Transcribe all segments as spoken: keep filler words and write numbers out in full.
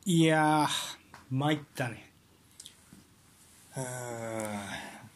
いやー参ったね。 は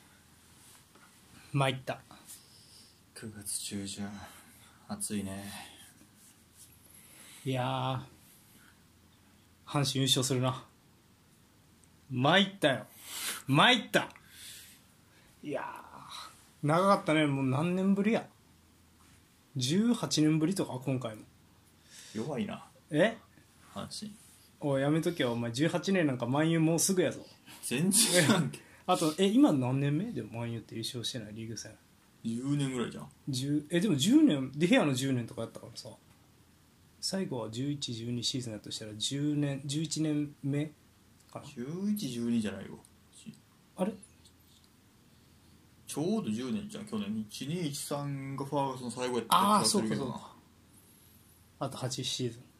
参った。 くがつ中旬暑いね。 いやー阪神優勝するな。参ったよ、参った。いやー長かったね。もう何年ぶりや、じゅうはちねんぶりとか。今回も弱いなえ阪神。 おいやめとけよお前。じゅうはちねんなんか万有もうすぐやぞ。 全然知らんけ。 あとえ今何年目でも万有って優勝してないリーグ戦。 じゅうねんぐらいじゃん。 じゅうえでもじゅうねんデヘアのじゅうねんとかやったからさ。最後はじゅういち、じゅうにシーズンやとしたらじゅうねんじゅういちねんめかな。 じゅういち、じゅうにじゃないよ。 あれちょうどじゅうねんじゃん。去年いちにいちさんがファーガソン最後やった気ああがするけどな。 そうかそうか。あとはちシーズ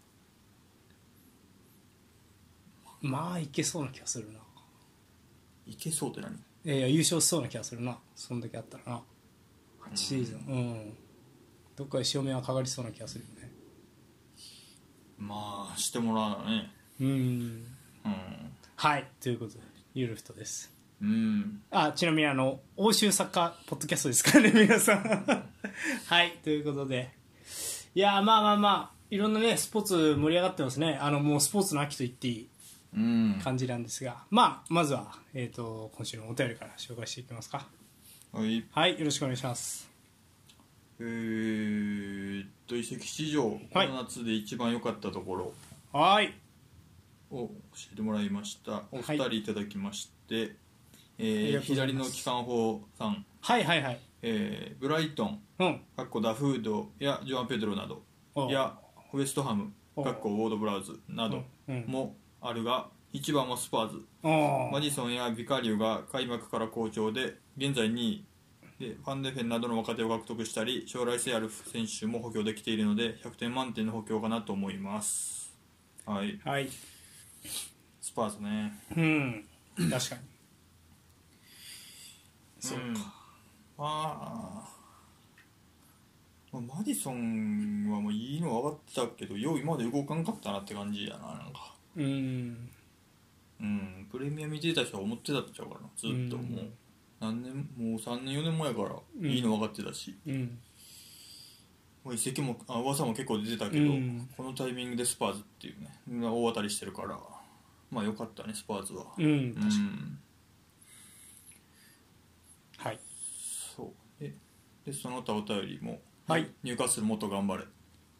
ン。まあいけそうな気がするな。 いけそうって何？ いや優勝しそうな気がするな。そんだけあったらな。はちシーズンうん、どっかで潮目はかかりそうな気がするよね。 まあしてもらわなね。 うんうんはいということでゆるふとです。 うんあちなみにあの欧州サッカーポッドキャストですからね皆さんはいということで、いやまあまあまあいろんなねスポーツ盛り上がってますね。あのもうスポーツの秋と言っていいうん感じなんですが、まあまずは、えー、と今週のお便りから紹介していきますか。 はいはいよろしくお願いします。 えーっと移籍市場、この夏で一番良かったところはいを教えてもらいました。お二人いただきまして、えありがーとうございます左の機関砲さん、 はいはいはいえーブライトンうんかっこダフードやジョアン・ペドロなどおやウエストハムおかっこウォード・ブラウズなどうんうんもあるが、一番はスパーズ。 おマディソンやビカリュが開幕から好調で現在にいで、ファンデフェンなどの若手を獲得したり将来性ある選手も補強できているのでひゃくてん満点の補強かなと思います。はい、 はいスパーズね。 うん確かにそうか、 うん、まあまあマディソンはもういいのは分かってたけどよう今まで動かんかったなって感じやな。なんかうんうんプレミア見てた人は思ってたんちゃうかな。ずっともう何年もうさんねんよねんまえからいいの分かってたし、 うんもう移籍もあ噂も結構出てたけど、 うんこのタイミングでスパーズっていうね大当たりしてるからまあ良かったねスパーズは。 うん確かに、 うんはいそうででその他お便りも、 はい入荷するもっと頑張れ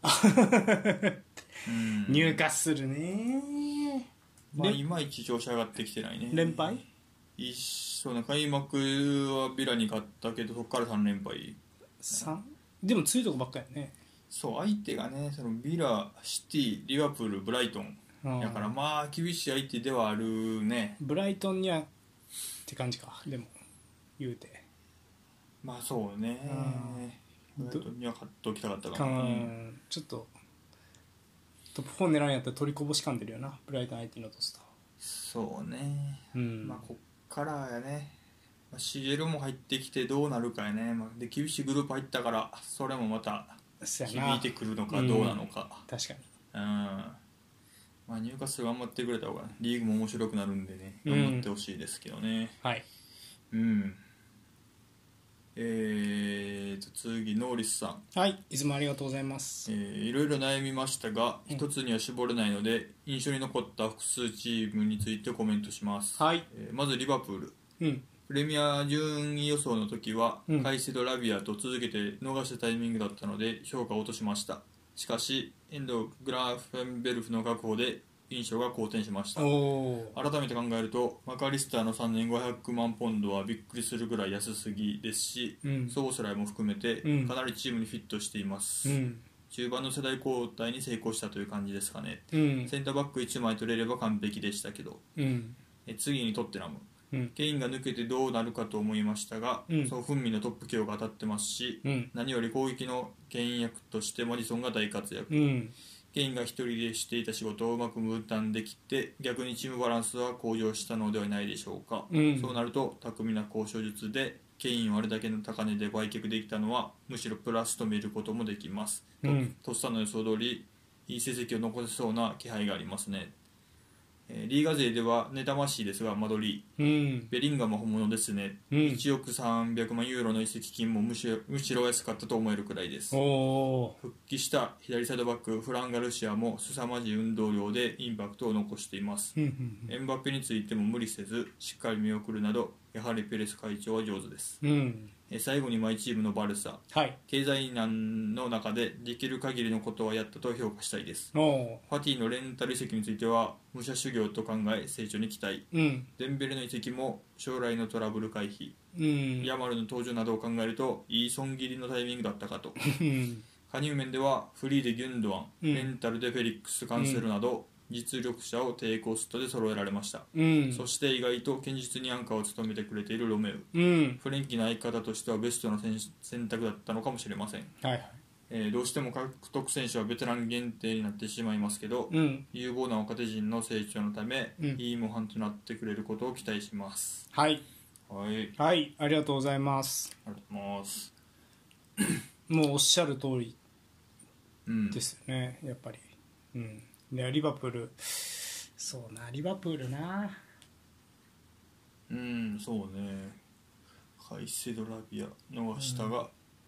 うん入荷するね。 まあ、 れいまいち調子上がってきてないね。 連敗一緒ね、開幕はビラに勝ったけどそこからさん連敗。 さんでも強いとこばっかりやね。 そう相手がねそのビラ、シティ、リバプール、ブライトンうんだからまあ厳しい相手ではあるね。 ブライトンにはって感じか。でも言うてまあそうね、 うんブライトンには勝っておきたかったかかな。 んちょっとトップよん狙うんやったら取りこぼし感出るよな。ブライトン相手に落とすと。 そうね、 うんまあこっからやね、まあ、シーエル も入ってきてどうなるかやね、まあ、で厳しいグループ入ったからそれもまたそうやな響いてくるのかどうなのか。 確かにうん、まあ入荷数頑張ってくれた方がリーグも面白くなるんでねうん頑張ってほしいですけどね。 はいうんえーと次ノーリスさん、 はいいつもありがとうございます。 えーいろいろ悩みましたがうん一つには絞れないので印象に残った複数チームについてコメントします。 はいえーまずリバプール。 うんプレミア順位予想の時は、 うんカイセド、ラビアと続けて逃したタイミングだったので評価を落としました。しかし遠藤グラフェンベルフの確保で印象が好転しました。 おお改めて考えるとマカリスターのさんねんごひゃくまんポンドはびっくりするぐらい安すぎですし、 うんソボスライも含めてうんかなりチームにフィットしています、 うん中盤の世代交代に成功したという感じですかね。 うんセンターバックいちまい取れれば完璧でしたけど、 うんえ次にトッテナム。 うんケインが抜けてどうなるかと思いましたが、 うんソン・フンミンのトップ起用が当たってますし、 うん何より攻撃の牽引役としてマディソンが大活躍、 うんケインが一人でしていた仕事をうまく分担できて逆にチームバランスは向上したのではないでしょうか、 うんそうなると巧みな交渉術でケインをあれだけの高値で売却できたのはむしろプラスと見ることもできます、 うんととっさの予想通りいい成績を残せそうな気配がありますね。 えーリーガ勢では妬ましいですがマドリー、 うんベリンガムは本物ですね、 うんいちおくさんびゃくまんユーロの移籍金もむしろむしろ安かったと思えるくらいです。 おお復帰した左サイドバックフラン・ガルシアも凄まじい運動量でインパクトを残しています。 ーうんエンバペについても無理せずしっかり見送るなどやはりペレス会長は上手です。 うんうんえ最後にマイチームのバルサ、 はい経済難の中でできる限りのことはやったと評価したいです。 おおファティのレンタル移籍については武者修行と考え成長に期待。 うんデンベレの移籍も将来のトラブル回避、 うんヤマルの登場などを考えるといい損切りのタイミングだったかと。 うん加入面ではフリーでギュンドアン、 うんレンタルでフェリックス・カンセルなど、実力者を低コストで揃えられました。 うんそして意外と堅実にアンカーを務めてくれているロメウ、 うんフレンキの相方としてはベストな選選択だったのかもしれません。 はいはいえーどうしても獲得選手はベテラン限定になってしまいますけど、 うん有望な若手陣の成長のため、 うんいい模範となってくれることを期待します。 はいはい、 はいありがとうございます。 ありがとうございます。 もうおっしゃる通りうん、 ですよねやっぱり。うんでリバプールそうなリバプールなうん、そうね。カイセドラビア逃したが、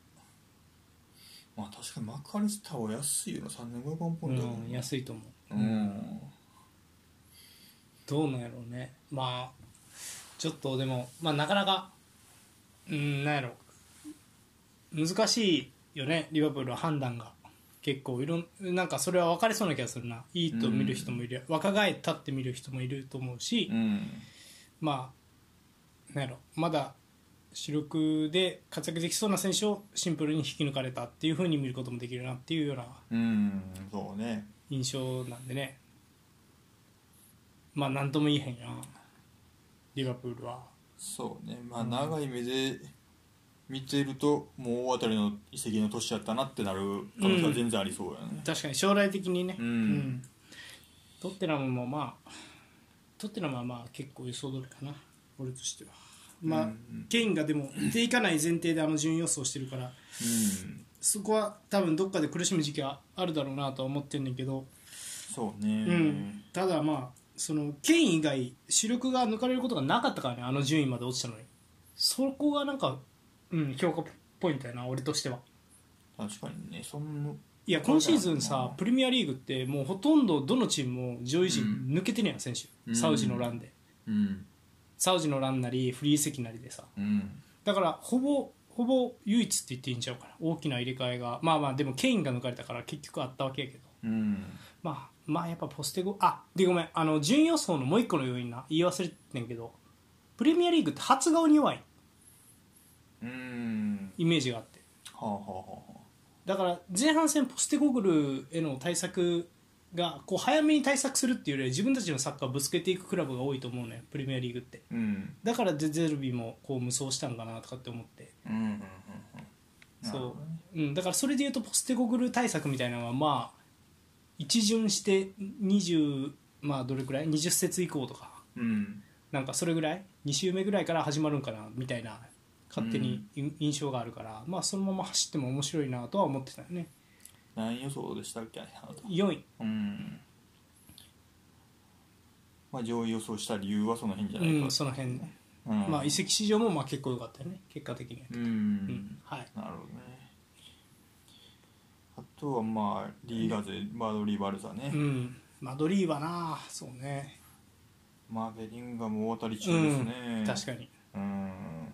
まあ確かにマクアリスターは安いよな、さんねんごひゃくまんポンドだもんうんね。 安いと思う。 うん、 どうなんやろうね。まあちょっとでもまあなかなかうんなんやろ難しいよねリバプールは判断が結構いろんなんかそれは分かれそうな気がするな。いいと見る人もいる、若返ったって見る人もいると思うし、 うん、 まあなんやろまだ主力で活躍できそうな選手をシンプルに引き抜かれたっていう風に見ることもできるなっていうようなうん、そうね。 印象なんでね。まあ何とも言えへんなリバプールは。 そうね、まあ長い目で見てると、もう大当たりの移籍の年やったなってなる可能性は全然ありそうやね。 確かに将来的にね、 うんトッテナムもまあトッテナムはまあ結構予想通りかな俺としては。まあ、 うんケインがでも出ていかない前提であの順位予想してるからうん、 そこは多分どっかで苦しむ時期はあるだろうなとは思ってるんだけど、 そうね、 うん、ただまあそのケイン以外主力が抜かれることがなかったからねあの順位まで落ちたのにそこがなんか、うん、評価ポイントやな俺としては。 確かにね、そんないや今シーズンさプレミアリーグってもうほとんどどのチームも上位陣抜けてるやん選手、 うん、 サウジのランで、 うんサウジのランなりフリー移籍なりでさうんだからほぼほぼ唯一って言っていいんちゃうかな大きな入れ替えがまあまあでもケインが抜かれたから結局あったわけやけどうんまあまあやっぱポステゴあでごめんあの順位予想のもう一個の要因な言い忘れてんけどプレミアリーグって初顔に弱いうんイメージがあってはあはあはあだから前半戦ポステゴグルへの対策がこう早めに対策するっていうよりは自分たちのサッカーをぶつけていくクラブが多いと思うねプレミアリーグってうんだからデゼルビもこう無双したんかなとかって思ってうんうんうんうんそう、うん、だからそれでいうとポステゴグル対策みたいなのはまあ一巡してにじゅうまあどれくらいにじゅっ節以降とかうんなんかそれぐらいに週目ぐらいから始まるんかなみたいな勝手に印象があるから、まあそのまま走っても面白いなとは思ってたよね。 何予想でしたっけあなた。 よい、 うんまあ上位予想した理由はその辺じゃないか、 うん、その辺ね、 うんまあ移籍市場もまあ結構良かったよね結果的には、 うん、 うんはい、 なるほどね。あとはまあリーガ勢マドリー・バルサね、 うん、マドリーはなそうね、 まあベリンガム大当たり中ですね、 うん、確かにうん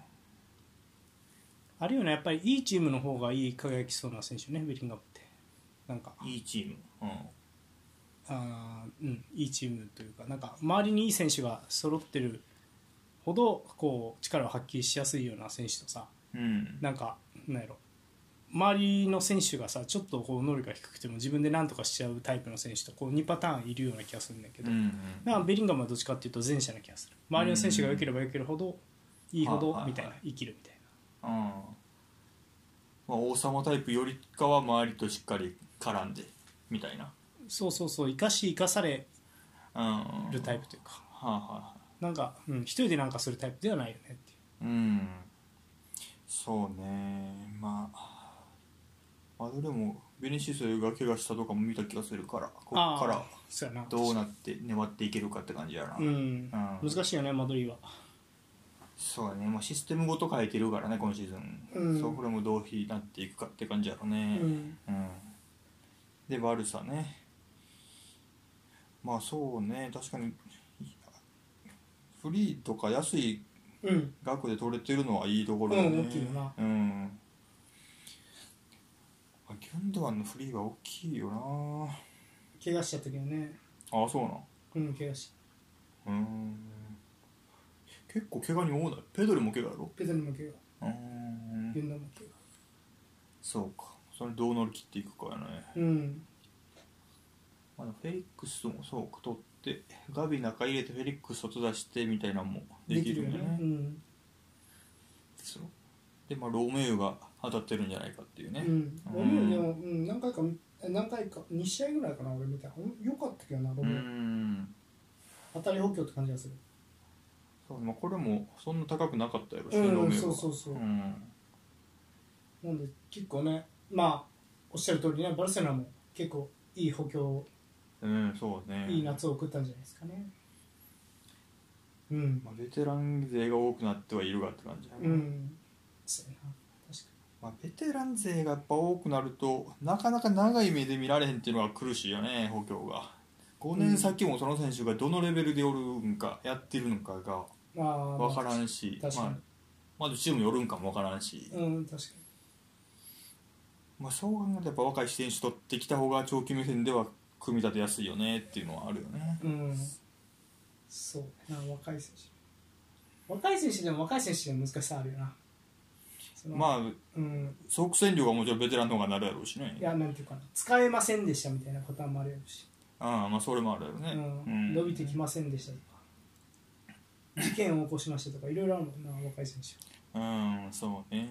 あるよねやっぱりいいチームの方がいい輝きそうな選手ねベリンガムってなんかいいチーム、うんあー、うん、いいチームというかなんか周りにいい選手が揃ってるほどこう力を発揮しやすいような選手とさうんなんかなんやろ周りの選手がさちょっとこう能力が低くても自分で何とかしちゃうタイプの選手とこうにパターンいるような気がするんだけど、 うんだからベリンガムはどっちかっていうと前者な気がする周りの選手が良ければ良けるほどいいほどはあはあみたいな生きるみたいうんまあ、王様タイプよりかは周りとしっかり絡んでみたいな、 なそうそうそう生かし生かされうん、 るタイプというかはあはあなんか、うん、一人でなんかするタイプではないよねっていううんそうねまあまあどれもベニシスが怪我したとかも見た気がするから、ここあーからそうやなどうなって粘っていけるかって感じやな。 うん、 うん難しいよねマドリーは。 そうやね、まあ、システムごと変えてるからね今シーズン、 うんそうこれもどうなっていくかって感じやろね。 うんうんでバルサね、まあそうね、確かにフリーとか安いうん額で取れてるのはいいところだね。 うん大きいよな。 うんギュンドアンのフリーは大きいよな。 怪我しちゃったけどね。 ああそうなん。 うん怪我しうーん結構怪我に多ない。ペドリも怪我やろ。 ペドリも怪我うーんユンドも怪我そうか、それどう乗り切っていくかやね。 うんまあ、フェリックスもそうか取ってガビ中入れてフェリックス外出してみたいなのもできるよね。 うんそうでまあロメウが当たってるんじゃないかっていうね。 うんロうんメオでも、うん、何回か何回かに試合ぐらいかな俺見た。よかったけどなロうメオ、 ん当たり補強って感じがする。 そう、まあ、これもそんな高くなかったやろしね、 うんロメウは。 そうそうそううんなんで結構ね、まあおっしゃる通りね、バルセロナも結構いい補強、 うんそうね、 いい夏を送ったんじゃないですかね。うんまあ、ベテラン勢が多くなってはいるがって感じだね。 うんそうやな確かまあ、ベテラン勢がやっぱ多くなるとなかなか長い目で見られへんっていうのが苦しいよね、補強が。ごねん先もその選手がどのレベルでおるんかやってるのかがに。まあ分からんし、 確かに、 まあ、まずチーム寄るんかも分からんし、 うん確かまあ、そう考えるとやっぱ若い選手取ってきた方が長期目線では組み立てやすいよねっていうのはあるよね。 にうんそうやな。若い選手若い選手でも若い選手でも難しさあるよな。そのまあうん即戦力はもちろんベテランの方がなるやろうしね。 いやなんていうかな、使えませんでしたみたいなパターンもあるやろうし、 ああまあそれもあるやろね。 うんうん伸びてきませんでしたとか事件を起こしましたとかいろいろあるもんな若い選手。 うんそうね。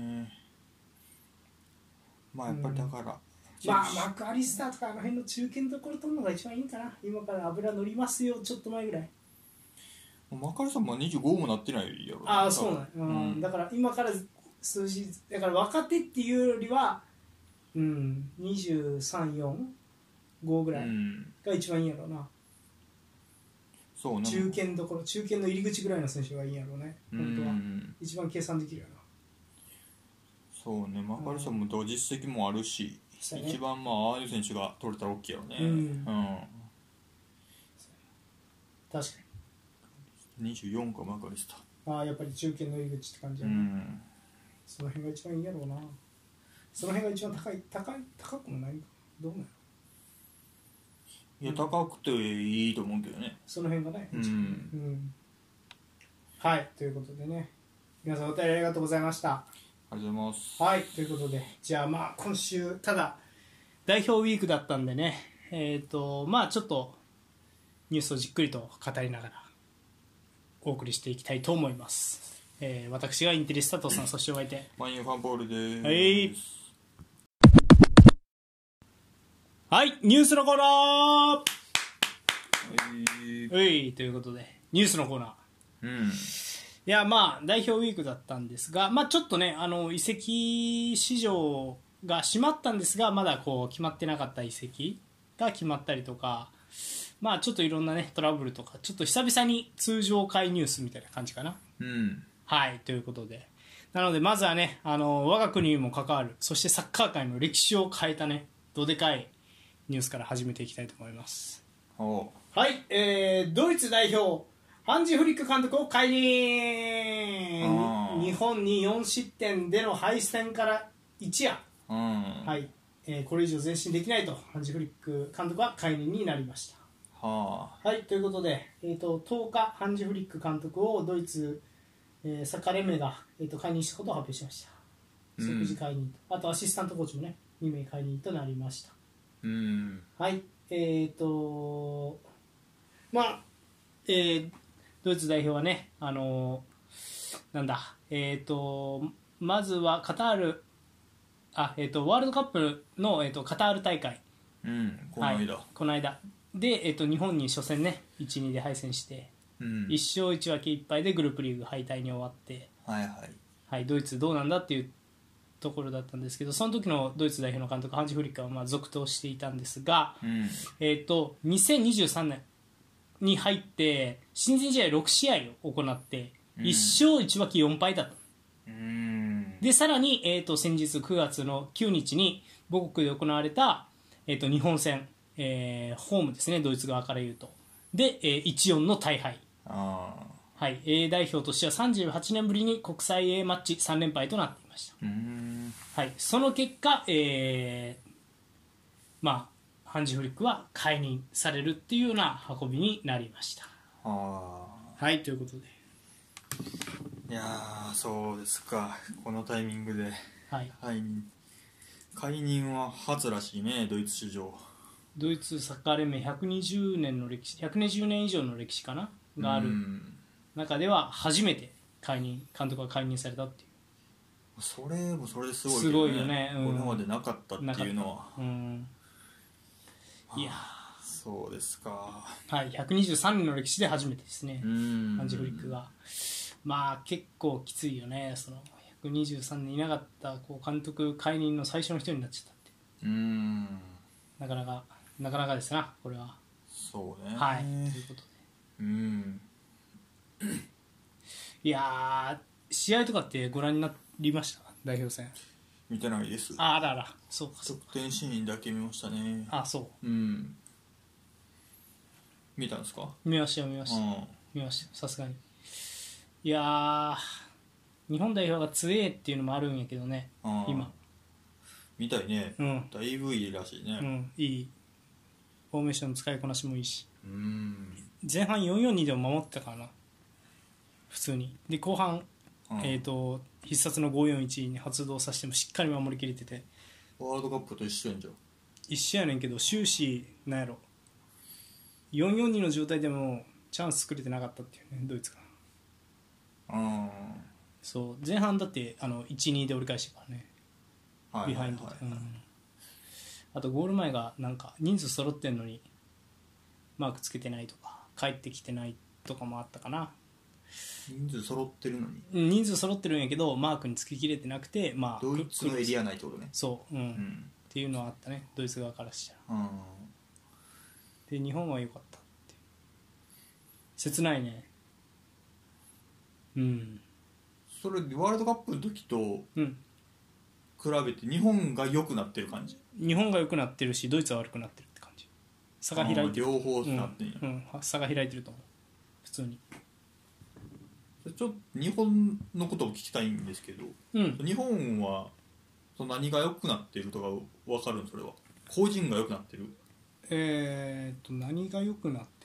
まあやっぱりだから、 まあマクアリスターとかあの辺の中堅どころ取るのが一番いいんかな。今から油乗りますよちょっと前ぐらい。 マカルさんもにじゅうごもなってないやろ。 ああそうなん、うんうんだから今から数字だから若手っていうよりはうんにじゅうさん、よん、ごぐらいうんが一番いいんやろうな。 そうね。 中堅どころ中堅の入り口ぐらいの選手がいいんやろうね本当は。 うん一番計算できるよな。 そうね、マカルさんもだから実績もあるし、 そうやね一番まあああいう選手が取れたら大きいやろね。 うんうん確かにじゅうよんかマカリスタ。 に。ああやっぱり中堅の入り口って感じうやな、 んその辺が一番いいんやろうな。その辺が一番高い高い高くもないんかどうなの。 いや高くていいと思うけどね。 その辺がね、 うんうんはいということでね、皆さんお便りありがとうございました。 ありがとうございます。 はいということでじゃあまあ今週ただ代表ウィークだったんでね、えっ、とまあちょっとニュースをじっくりと語りながらお送りしていきたいと思います。えー、私がインテリスタトさん、そしてお相手マインファンポールでーす。 はいはいニュースのコーナーはいはいということでニュースのコーナーうんいやまあ代表ウィークだったんですが、まあ、ちょっとねあの移籍市場が閉まったんですがまだこう決まってなかった移籍が決まったりとか、まあちょっといろんなねトラブルとかちょっと久々に通常会ニュースみたいな感じかな。 うんはいということでなのでまずはねあの我が国にも関わるそしてサッカー界の歴史を変えたねどでかいニュースから始めていきたいと思います。 おうはい、えー、ドイツ代表ハンジ・フリック監督を解任。日本によん失点での敗戦から一夜、 うんはいえー、これ以上前進できないとハンジ・フリック監督は解任になりました。 はあはいということで、えー、ととおかハンジ・フリック監督をドイツ、えーサッカー連盟が、えー、と解任したことを発表しました。 うん即時解任と、あとアシスタントコーチもねに名解任となりました。 うんはいえーとまあえードイツ代表はね、あのーなんだ、えー、とまずはカタールあ、えー、とワールドカップの、えー、とカタール大会、 うんこの間、 はい、この間で、えー、と日本に初戦ね いちたいに で敗戦して、 うんいち勝いち分けいっ敗でグループリーグ敗退に終わって、 はいはいはい、ドイツどうなんだっていうところだったんですけど、その時のドイツ代表の監督ハンジ・フリックはまあ続投していたんですが、 うんえー、とにせんにじゅうさんねんに入って親善試合ろくしあいを行って、 うんいっしょういちわきよんぱいだった。 うんでさらに、えー、と先日くがつのくにちに母国で行われた、えー、と日本戦、えーホームですね、ドイツ側から言うとで、えー、いちたいよんの大敗、 あはい、A 代表としてはさんじゅうはちねんぶりに国際 A マッチさんれんぱいとなっていました。 ーうんはい、その結果、えーまあ、ハンジ・フリックは解任されるっていうような運びになりました。 あはいということで、 ーいやーそうですか、このタイミングではい、 解任解任は初らしいね、ドイツ史上。 ドイツサッカー連盟ひゃくにじゅうねんの歴史ひゃくにじゅうねん以上の歴史かながあるうん中では初めて解任監督が解任されたっていう。 それもそれですごいけすど、 ごいよね、うんこれまでなかったっていうのは。 うんいやそうですか。 はい、ひゃくにじゅうさんねんの歴史で初めてですね、 うんハンジ・フリックが。まあ結構きついよね、そのひゃくにじゅうさんねんいなかったこう監督解任の最初の一人になっちゃったって。 うんなかなかなかなかですなこれは。 そうね。 はいということで、 うんいやー試合とかってご覧になりました、代表戦。 見てないです。 ああらあら、そうかそうか。 得点シーンだけ見ましたね。 あそううん見たんですか？ 見ましたよ見ました、 うん見ましたさすがに。いやー日本代表が強えっていうのもあるんやけどね、 うん今。 見たいね、 うんだいぶいいらしいね。 うんいいフォーメーションの使いこなしもいいし、 うん前半よんよんにでも守ってたからな普通に。で後半、 うんえー、と必殺のごーよんいちに発動させてもしっかり守りきれてて、 ワールドカップと一緒やんじゃん。 一緒やねんけど終始なんやろよんよんにの状態でもチャンス作れてなかったっていうね、ドイツが。 うんそう前半だってあの いちたいに で折り返してからね、 はいビハインドで、うんあとゴール前がなんか人数揃ってんのにマークつけてないとか帰ってきてないとかもあったかな。 人数揃ってるのにうん人数揃ってるんやけどマークにつききれてなくて、まあ、 ドイツのエリア内ってことね。 そう、うんうんっていうのはあったね、ドイツ側からしたら。 うんで日本は良かったって切ないね。うんそれワールドカップの時とうん比べて日本が良くなってる感じ。 日本が良くなってるしドイツは悪くなってるって感じ。差が開いてる。 両方なってんや、 うんうん、差が開いてると思う普通に。 ちょっと日本のことを聞きたいんですけど、 うん日本はその何が良くなっているとか分かるの？それは個人が良くなってる？ えー、と何が良くなって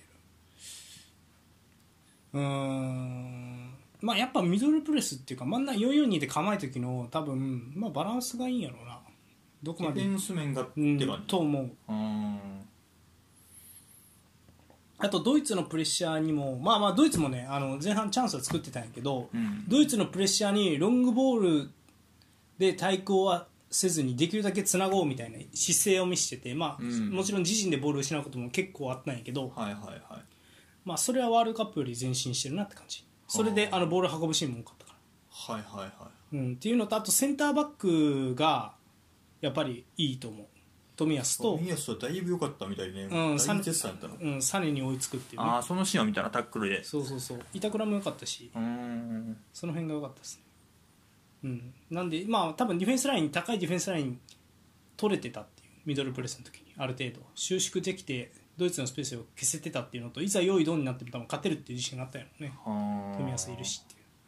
るうーんまあやっぱミドルプレスっていうか真ん中よんよんにで構えた時の多分、まあ、バランスがいいんやろうなどこまでディフェンス面がってうん感じ。 と思う。 うんあとドイツのプレッシャーにもまあまあドイツもねあの前半チャンスは作ってたんやけど、 うんドイツのプレッシャーにロングボールで対抗はせずにできるだけつなごうみたいな姿勢を見せてて、まあうんもちろん自陣でボールを失うことも結構あったんやけど、 はいはいはい。 まあ、それはワールドカップより前進してるなって感じ。それであのボールを運ぶシーンも多かったから、 はいはいはうん、っていうのとあとセンターバックがやっぱりいいと思う。冨安い。 と冨安はだいぶ良かったみたいね、 うん大絶賛やったの。 うん、サネに追いつくっていう、ね、 ああそのシーンは見たな、タックルで。 そうそうそう板倉も良かったしうーんその辺が良かったですね。うん、なんでまあ多分ディフェンスライン高いディフェンスライン取れてたっていうミドルプレスの時にある程度収縮できてドイツのスペースを消せてたっていうのといざ用意ドンになっても多分勝てるっていう自信があったよね。 は冨安いるし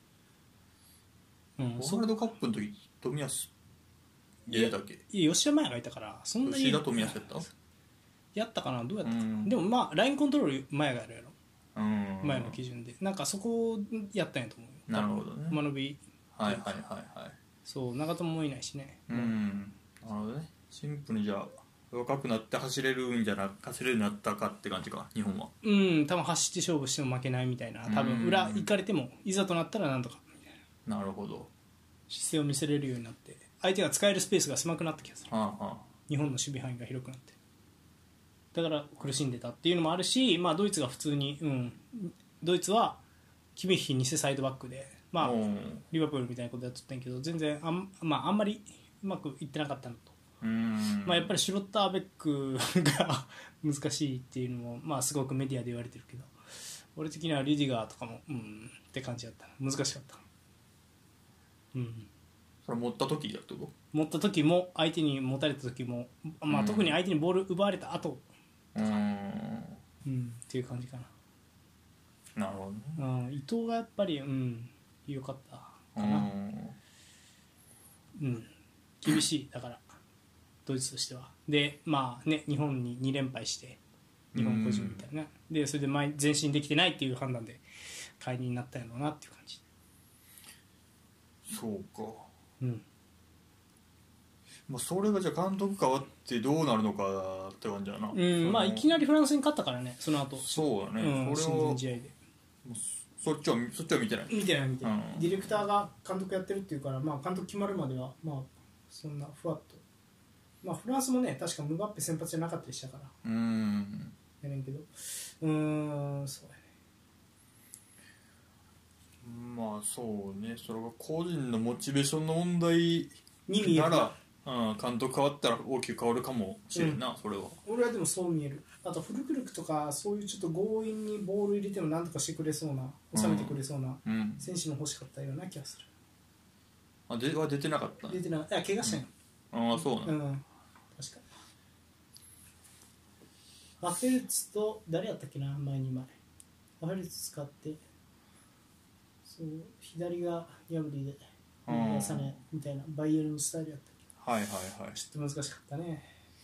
っていう、うん、 ワそールドカップの時冨安入れたっけ？ いや吉田麻也がいたからそんなに吉田冨安やった？ やったかなどうやったかな、 うんでもまあラインコントロール麻也がやるやろうん麻也の基準でなんかそこをやったんやと思うよ。 なるほどね間延びはいはいはいはいそう長友もいないしね、 うんなるほどね。シンプルにじゃあ若くなって走れるんじゃな走れるようになったかって感じか日本は。 うん多分走って勝負しても負けないみたいな多分裏行かれてもいざとなったらなんとかみたいななるほど。 姿勢を見せれるようになって相手が使えるスペースが狭くなった気がする。 はあは日本の守備範囲が広くなってだから苦しんでたっていうのもあるし、まあ、ドイツが普通に、うん、ドイツはキミッヒ偽サイドバックで、まああ、おーリバプールみたいなことやっとったんやけど全然あん,、まあ、あんまりうまくいってなかったのと、 うーん、 まあ、やっぱりシュロッターベックが難しいっていうのも、まあ、すごくメディアで言われてるけど、俺的にはリディガーとかもうんって感じだった。難しかった。うん、 それ持った時だってこ持った時も相手に持たれた時も、まあ、特に相手にボール奪われた後、 とうーん、 うん、っていう感じかなるほどね。 な、うん、伊藤がやっぱりうん良かったうかな、 ん、 うん、厳しいだからドイツとしては。でまあね日本にに連敗して日本個人みたいな、でそれで前前進できてないっていう判断で解任になったんやろうなっていう感じ。 そうか。 うんまあ、それがじゃあ監督変わってどうなるのかって感じだな。 うんまあいきなりフランスに勝ったからねその後、 そうだね、 うん、 それを親善試合でそっちはそっちは見てない。 見てない見てない、 うんディレクターが監督やってるっていうから、まあ、監督決まるまではまあそんなふわっと、まあ、フランスもね確かムバッペ先発じゃなかったりしたからうーん、 やねんけど、うーんそうやね。 まあそうね、それが個人のモチベーションの問題に見えるなら、うん、監督変わったら大きく変わるかもしれんな、それは。 俺はでもそう見える。あとフルクルクとかそういうちょっと強引にボール入れてもなんとかしてくれそうな収めてくれそうなうん、 選手も欲しかったような気がする。 あでは出てなかったね。 出てない、いや怪我したんよ、 ああそうなの、 うん、確かに。ワフェルツと誰やったっけな前に前ワフェルツ使ってそう左がヤブリで右がサネみたいなバイエルンスタイルやったっけ。 はいはいはい、 ちょっと難しかったね。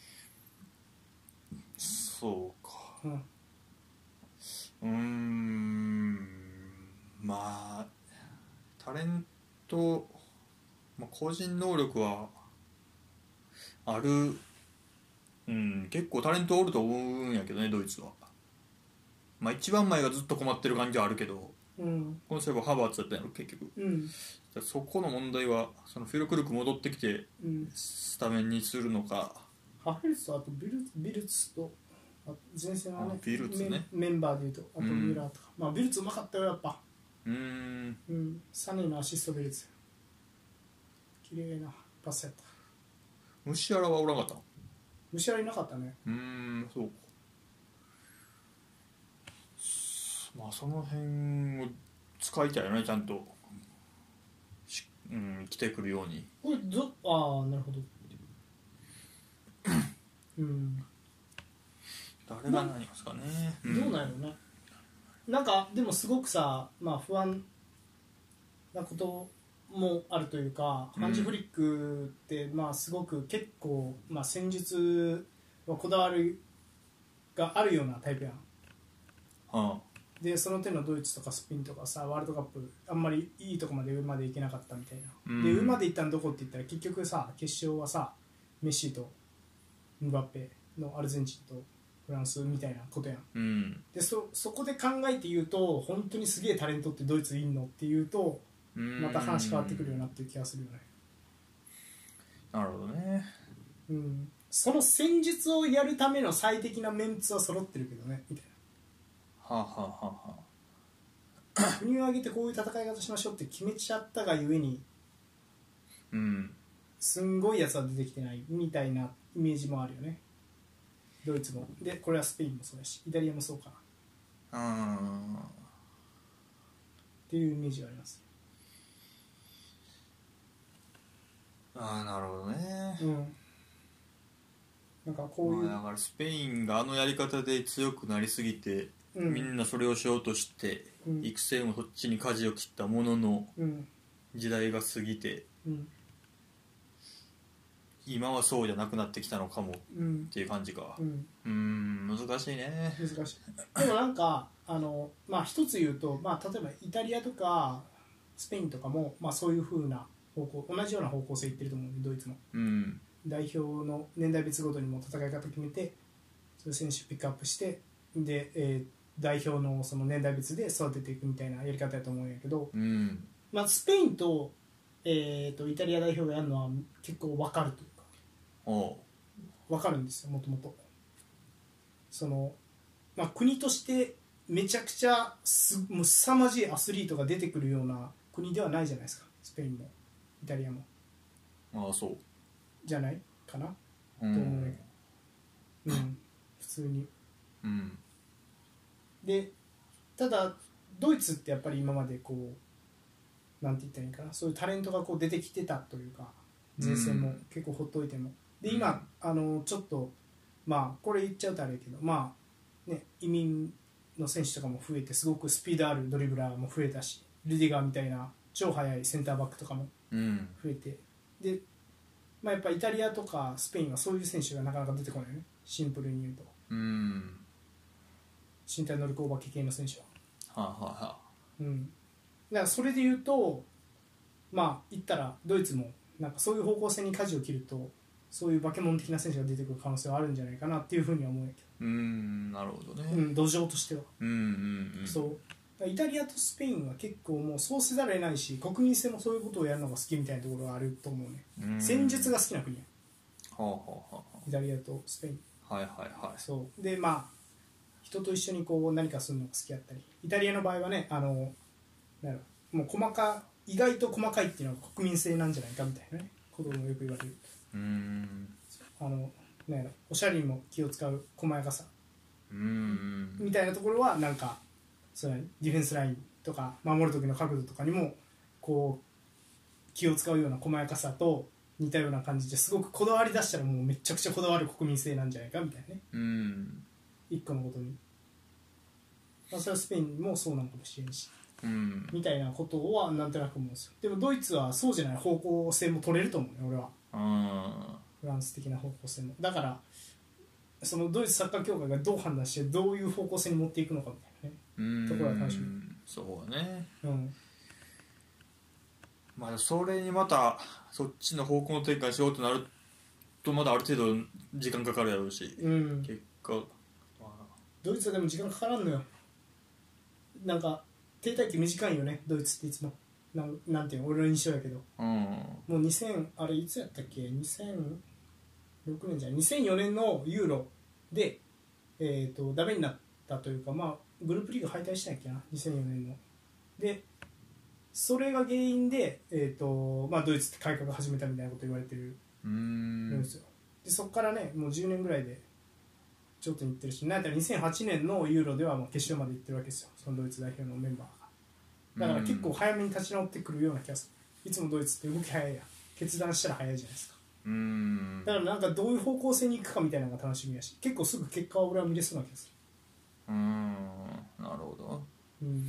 そうか。 うんうーん、まあタレント、まあ、個人能力はある、うん、結構タレントおると思うんやけどねドイツは。まあ一番前がずっと困ってる感じはあるけど、 うんこの最後ハバーツだったんやろ結局。 うんそこの問題はそのフィルクルク戻ってきてうんスタメンにするのか。 ハフェルツとあとビルビルツとあと前線はねあビルツねメンメンバーでいうとあとミュラーとか、まあビルツうまかったよやっぱ。 うーん、 うんサネのアシストビルツ綺麗なパスやった。 ムシアラはおらんかったの。 ムシアラいなかったね。 うーん、そうか。まあその辺を使いたいよねちゃんとし、うん、来てくるように。 これどああなるほどうん誰が何ですかね、 どうなんやろうね。なんかでもすごくさ、まあ、不安なこともあるというか、 うんハンジ・フリックってまあすごく結構、まあ、戦術はこだわりがあるようなタイプやん。 はでその手のドイツとかスペインとかさワールドカップあんまりいいとこまで上まで行けなかったみたいな、 うんで上まで行ったのどこって言ったら結局さ決勝はさメッシとムバッペのアルゼンチンとフランスみたいなことやん。 あ、うん、 で そ, そこで考えて言うと本当にすげえタレントってドイツいんのっていうとうーんまた話変わってくるよなっていう気がするよね。 なるほどね。 うん、その戦術をやるための最適なメンツは揃ってるけどねみたいはあ、はあはあはあ、 な国を挙げてこういう戦い方しましょうって決めちゃったがゆえにうんすんごいやつは出てきてないみたいなイメージもあるよねドイツも。でこれはスペインもそうだしイタリアもそうかなあっていうイメージがあります。 あなるほどね。 うんなんかこういう、 まあ、だからスペインがあのやり方で強くなりすぎて、 うんみんなそれをしようとして、 うん、 育成もそっちに舵を切ったもののうん時代が過ぎてうん今はそうじゃなくなってきたのかもっうんていう感じか。 うんうーん難しいね。 難しい。でもなんかあの、まあ、一つ言うと、まあ、例えばイタリアとかスペインとかも、まあ、そういう風な方向同じような方向性いってると思うんでドイツもうん代表の年代別ごとにも戦い方決めてそういう選手ピックアップしてで、えー代表のその年代別で育てていくみたいなやり方やと思うんやけど、 うんまあ、スペインと、えー、とイタリア代表がやるのは結構分かるというかおう分かるんですよもともと。その、まあ、国としてめちゃくちゃすもう凄まじいアスリートが出てくるような国ではないじゃないですかスペインもイタリアも。 ああそうじゃないかな、 うんと思うね。うん普通に。 うんでただドイツってやっぱり今までこうなんて言ったらいいかな、そういうタレントがこう出てきてたというか、前線も結構ほっといても、で今あのちょっとまあこれ言っちゃうとあれやけど、まあね移民の選手とかも増えて、すごくスピードあるドリブラーも増えたし、ルディガーみたいな超速いセンターバックとかもうん増えて、で、まあ、やっぱイタリアとかスペインはそういう選手がなかなか出てこないよね、シンプルに言うと。 うん身体能力オーバー系の選手は、 はいはいはうん、だからそれで言うとまあ言ったらドイツもなんかそういう方向性に舵を切ると、そういう化け物的な選手が出てくる可能性はあるんじゃないかなっていうふうには思うけど、 うーんなるほどねうん、土壌としては、 うんうんうんそうイタリアとスペインは結構もうそうせざるを得ないし、国民性もそういうことをやるのが好きみたいなところがあると思うね。 うん戦術が好きな国や、 はあはあはイタリアとスペイン。 あはいはいはいそうでまあ人と一緒にこう何かするのが好きだったり、イタリアの場合はね、あのなんやろもう細か意外と細かいっていうのは国民性なんじゃないかみたいなねこともよく言われる。 うーんあのなんやろおしゃれにも気を使う細やかさうーんみたいなところはなんかそのディフェンスラインとか守る時の角度とかにもこう気を使うような細やかさと似たような感じで、すごくこだわり出したらもうめちゃくちゃこだわる国民性なんじゃないかみたいなね、 うん一個のことに、まあ、それはスペインもそうなのかもしれんしうんみたいなことはなんとなく思うんですよ。でもドイツはそうじゃない方向性も取れると思うね俺は。 あフランス的な方向性もだから、そのドイツサッカー協会がどう判断してどういう方向性に持っていくのかみたいなねうーんところは楽しみ。 そうねうんまあそれにまたそっちの方向転換しようとなるとまだある程度時間かかるやろうし、 うん結果、まあ、 ドイツはでも時間かからんのよ。なんか停滞期短いよねドイツっていつも。なんなんていうの俺の印象やけど、 うんもうにせんあれいつやったっけにせんろくねんじゃないにせんよねんのユーロで、えー、とダメになったというか、まあ、グループリーグ敗退したんやっけなにせんよねんので、それが原因で、えーとまあ、ドイツって改革を始めたみたいなこと言われてるうーんんですよ。でそこからねもうじゅうねんぐらいで頂点に行ってるし、なんやったらにせんはちねんのユーロではもう決勝まで行ってるわけですよ、そのドイツ代表のメンバーが。だから結構早めに立ち直ってくるような気がする。いつもドイツって動き早いやん、決断したら早いじゃないですか。 うーんだからなんかどういう方向性に行くかみたいなのが楽しみやし、結構すぐ結果は俺は見れそうな気がすうーんなるほどる。うん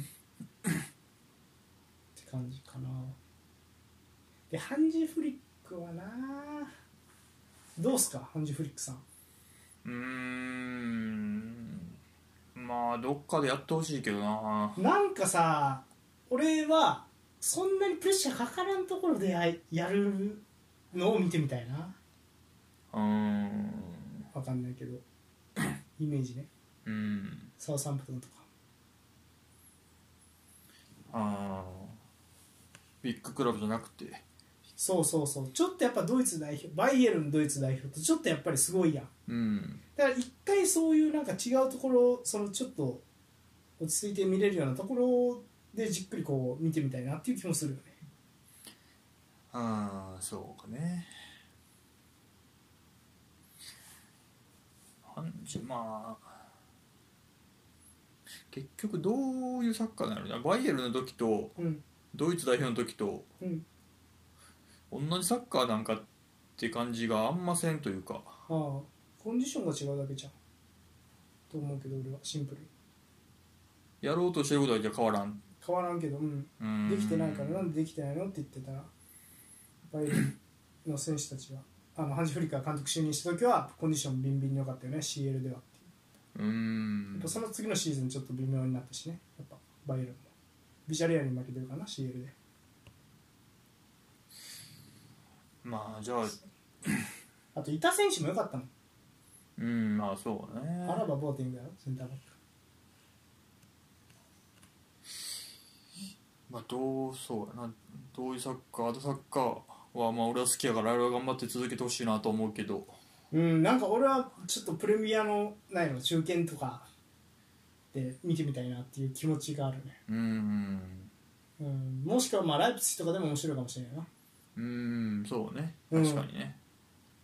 って感じかな。でハンジ・フリックはなどうすかハンジ・フリックさん。 うーんまあどっかでやってほしいけどな。 なんかさ俺はそんなにプレッシャーかからんところでややるのを見てみたいな。 うーんわかんないけどイメージね。 うんサウサンプトンとか。 あビッグクラブじゃなくてそうそうそう、ちょっとやっぱドイツ代表バイエルンドイツ代表とちょっとやっぱりすごいやん。 うんだから一回そういうなんか違うところ、そのちょっと落ち着いて見れるようなところでじっくりこう見てみたいなっていう気もするよね。 ああそうかね。ハンジまあ結局どういうサッカーなのな。バイエルンの時とうんドイツ代表の時とうん同じサッカーなんかって感じがあんませんというか。 ああコンディションが違うだけじゃんと思うけど俺はシンプルにやろうとしてることはじゃ変わらん。 変わらんけど、うん、 うーんできてないからなんでできてないのって言ってたらバイエルンの選手たちはあのハンジ・フリックが監督就任した時はコンディションビンビンに良かったよね シーエル ではっていう。 うーんやっぱその次のシーズンちょっと微妙になったしね、やっぱバイエルンもビジャレアルに負けてるかな シーエル で。 まあじゃああとイタ選手も良かったの。 うんまあそうね。 アラバ・ボーティングだよセンターバック。 まあどうそうやな。どういうサッカーとサッカーはまあ俺は好きやからあれは頑張って続けてほしいなと思うけど。 うんなんか俺はちょっとプレミアのないの中堅とかで見てみたいなっていう気持ちがあるね。 うーんうん、もしくはまあライプツィヒとかでも面白いかもしれないな。 うーんそうねうん確かにね。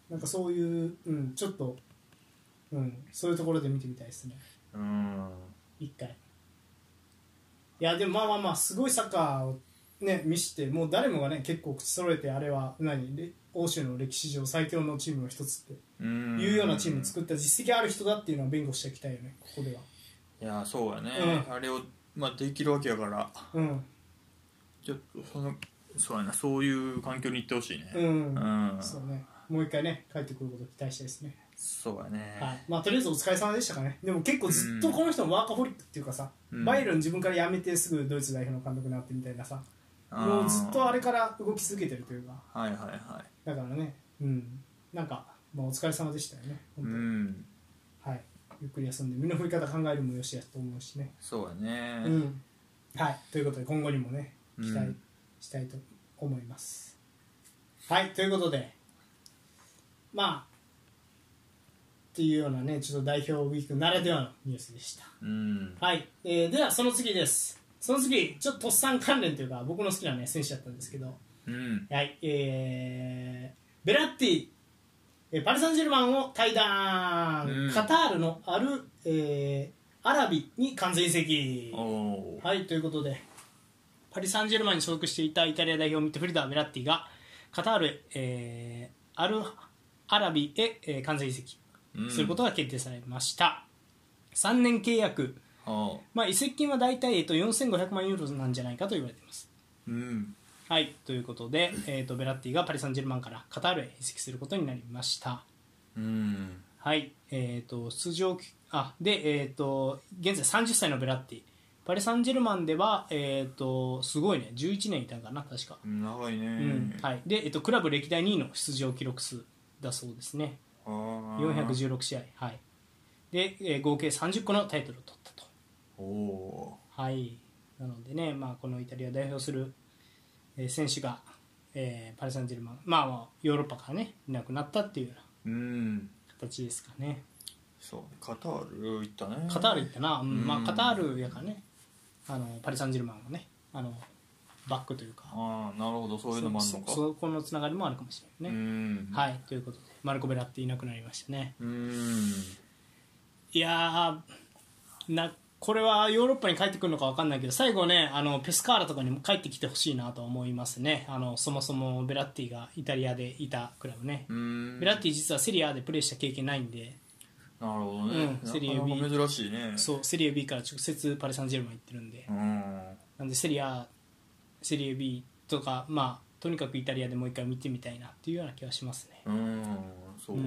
なんかそういう、うん、ちょっと、うん、そういうところで見てみたいですね。 うん一回。いやでもまあまあまあすごいサッカーをね見して、もう誰もがね結構口揃えて、あれは何レ欧州の歴史上最強のチームの一つっていうようなチームを作った実績ある人だっていうのは弁護していきたいよね、ここでは。 いやそうやね、 うんあれを、まあ、できるわけやから、 うん、 ちょっとそのそうやな、そういう環境に行ってほしいね。 うん、 うんそうね、もう一回ね帰ってくることを期待したいですね。 そうやね、 はい、まあとりあえずお疲れ様でしたかね。でも結構ずっとこの人もワーカホリックっていうかさ、 うんバイエルン自分から辞めてすぐドイツ代表の監督になってみたいなさ、 あーもうずっとあれから動き続けてるというか、 はいはいはい、 だからね、うん、なんか、まあ、お疲れ様でしたよね本当に、 うんはい、ゆっくり休んで身の振り方考えるもよしやと思うしね、 そうやね、 うんはい、ということで今後にもね期待うんしたいと思います、はいということでまあっていうようなねちょっと代表ウィークならではのニュースでした。 うんはい、えー、ではその次です。その次ちょっととっさん関連というか僕の好きな、ね、選手だったんですけど、 うんはいえー、ベラッティ、えーパリ・サンジェルマンを退団、 うんカタールのアル、えー、アラビに完全移籍。 おーはいということでパリ・サンジェルマンに所属していたイタリア代表ミッドフィルダーベラッティがカタールへ、えー、アルアラビへ、えー、完全移籍することが決定されました、うん、さんねん契約、 あまあ、移籍金は大体、えー、とよんせんごひゃくまんユーロなんじゃないかと言われています。 うんはいということで、えー、とベラッティがパリ・サンジェルマンからカタールへ移籍することになりました。 うんはいえー、と出場あで、えー、と現在さんじゅっさいのベラッティパリ・サンジェルマンでは、えー、とすごいねじゅういちねんいたんかな確か、 長いね、 うんはいでえー、とクラブ歴代にいの出場記録数だそうですね。 あーよんひゃくじゅうろくしあい、はいでえー合計さんじゅっこのタイトルを取ったと。 おおはいなのでね、まあ、このイタリアを代表するえー選手が、えーパリ・サンジェルマン、まあ、まあヨーロッパからねいなくなったっていうようなうん形ですかね。 そうカタール行ったね、 カタール行ったな、うんうんまあ、カタールやからねあのパリ・サンジェルマンはねあのバックというかああなるほど、そういうのもあるのか。 そそこのつながりもあるかもしれないね、 うんはいということでマルコ・ベラッティいなくなりましたね。 うんいやーなこれはヨーロッパに帰ってくるのか分かんないけど最後ねあのペスカーラとかにも帰ってきてほしいなと思いますね。あのそもそもベラッティがイタリアでいたクラブね、 うんベラッティ実はセリアでプレーした経験ないんで、 なるほどね、 うんセリエ B なかなか珍しいね。 そうセリエ B から直接パリ・サンジェルマン行ってるんで、 うんなんでセリアセリエ B とかまあとにかくイタリアでもう一回見てみたいなっていうような気はしますね。 うんそうね、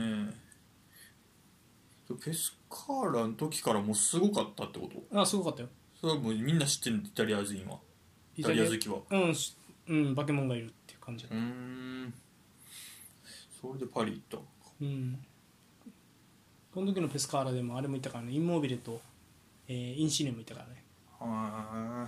ペスカーラの時からもうすごかったってこと？ あすごかったよ。 それはもうみんな知ってるイタリア人は、イタリア好きは。 うんしうんバケモンがいるっていう感じだった。 うーんそれでパリ行ったのか。 うんこの時のペスカーラでもあれもいたからね、インモービルと、えーインシーネもいたからね。 は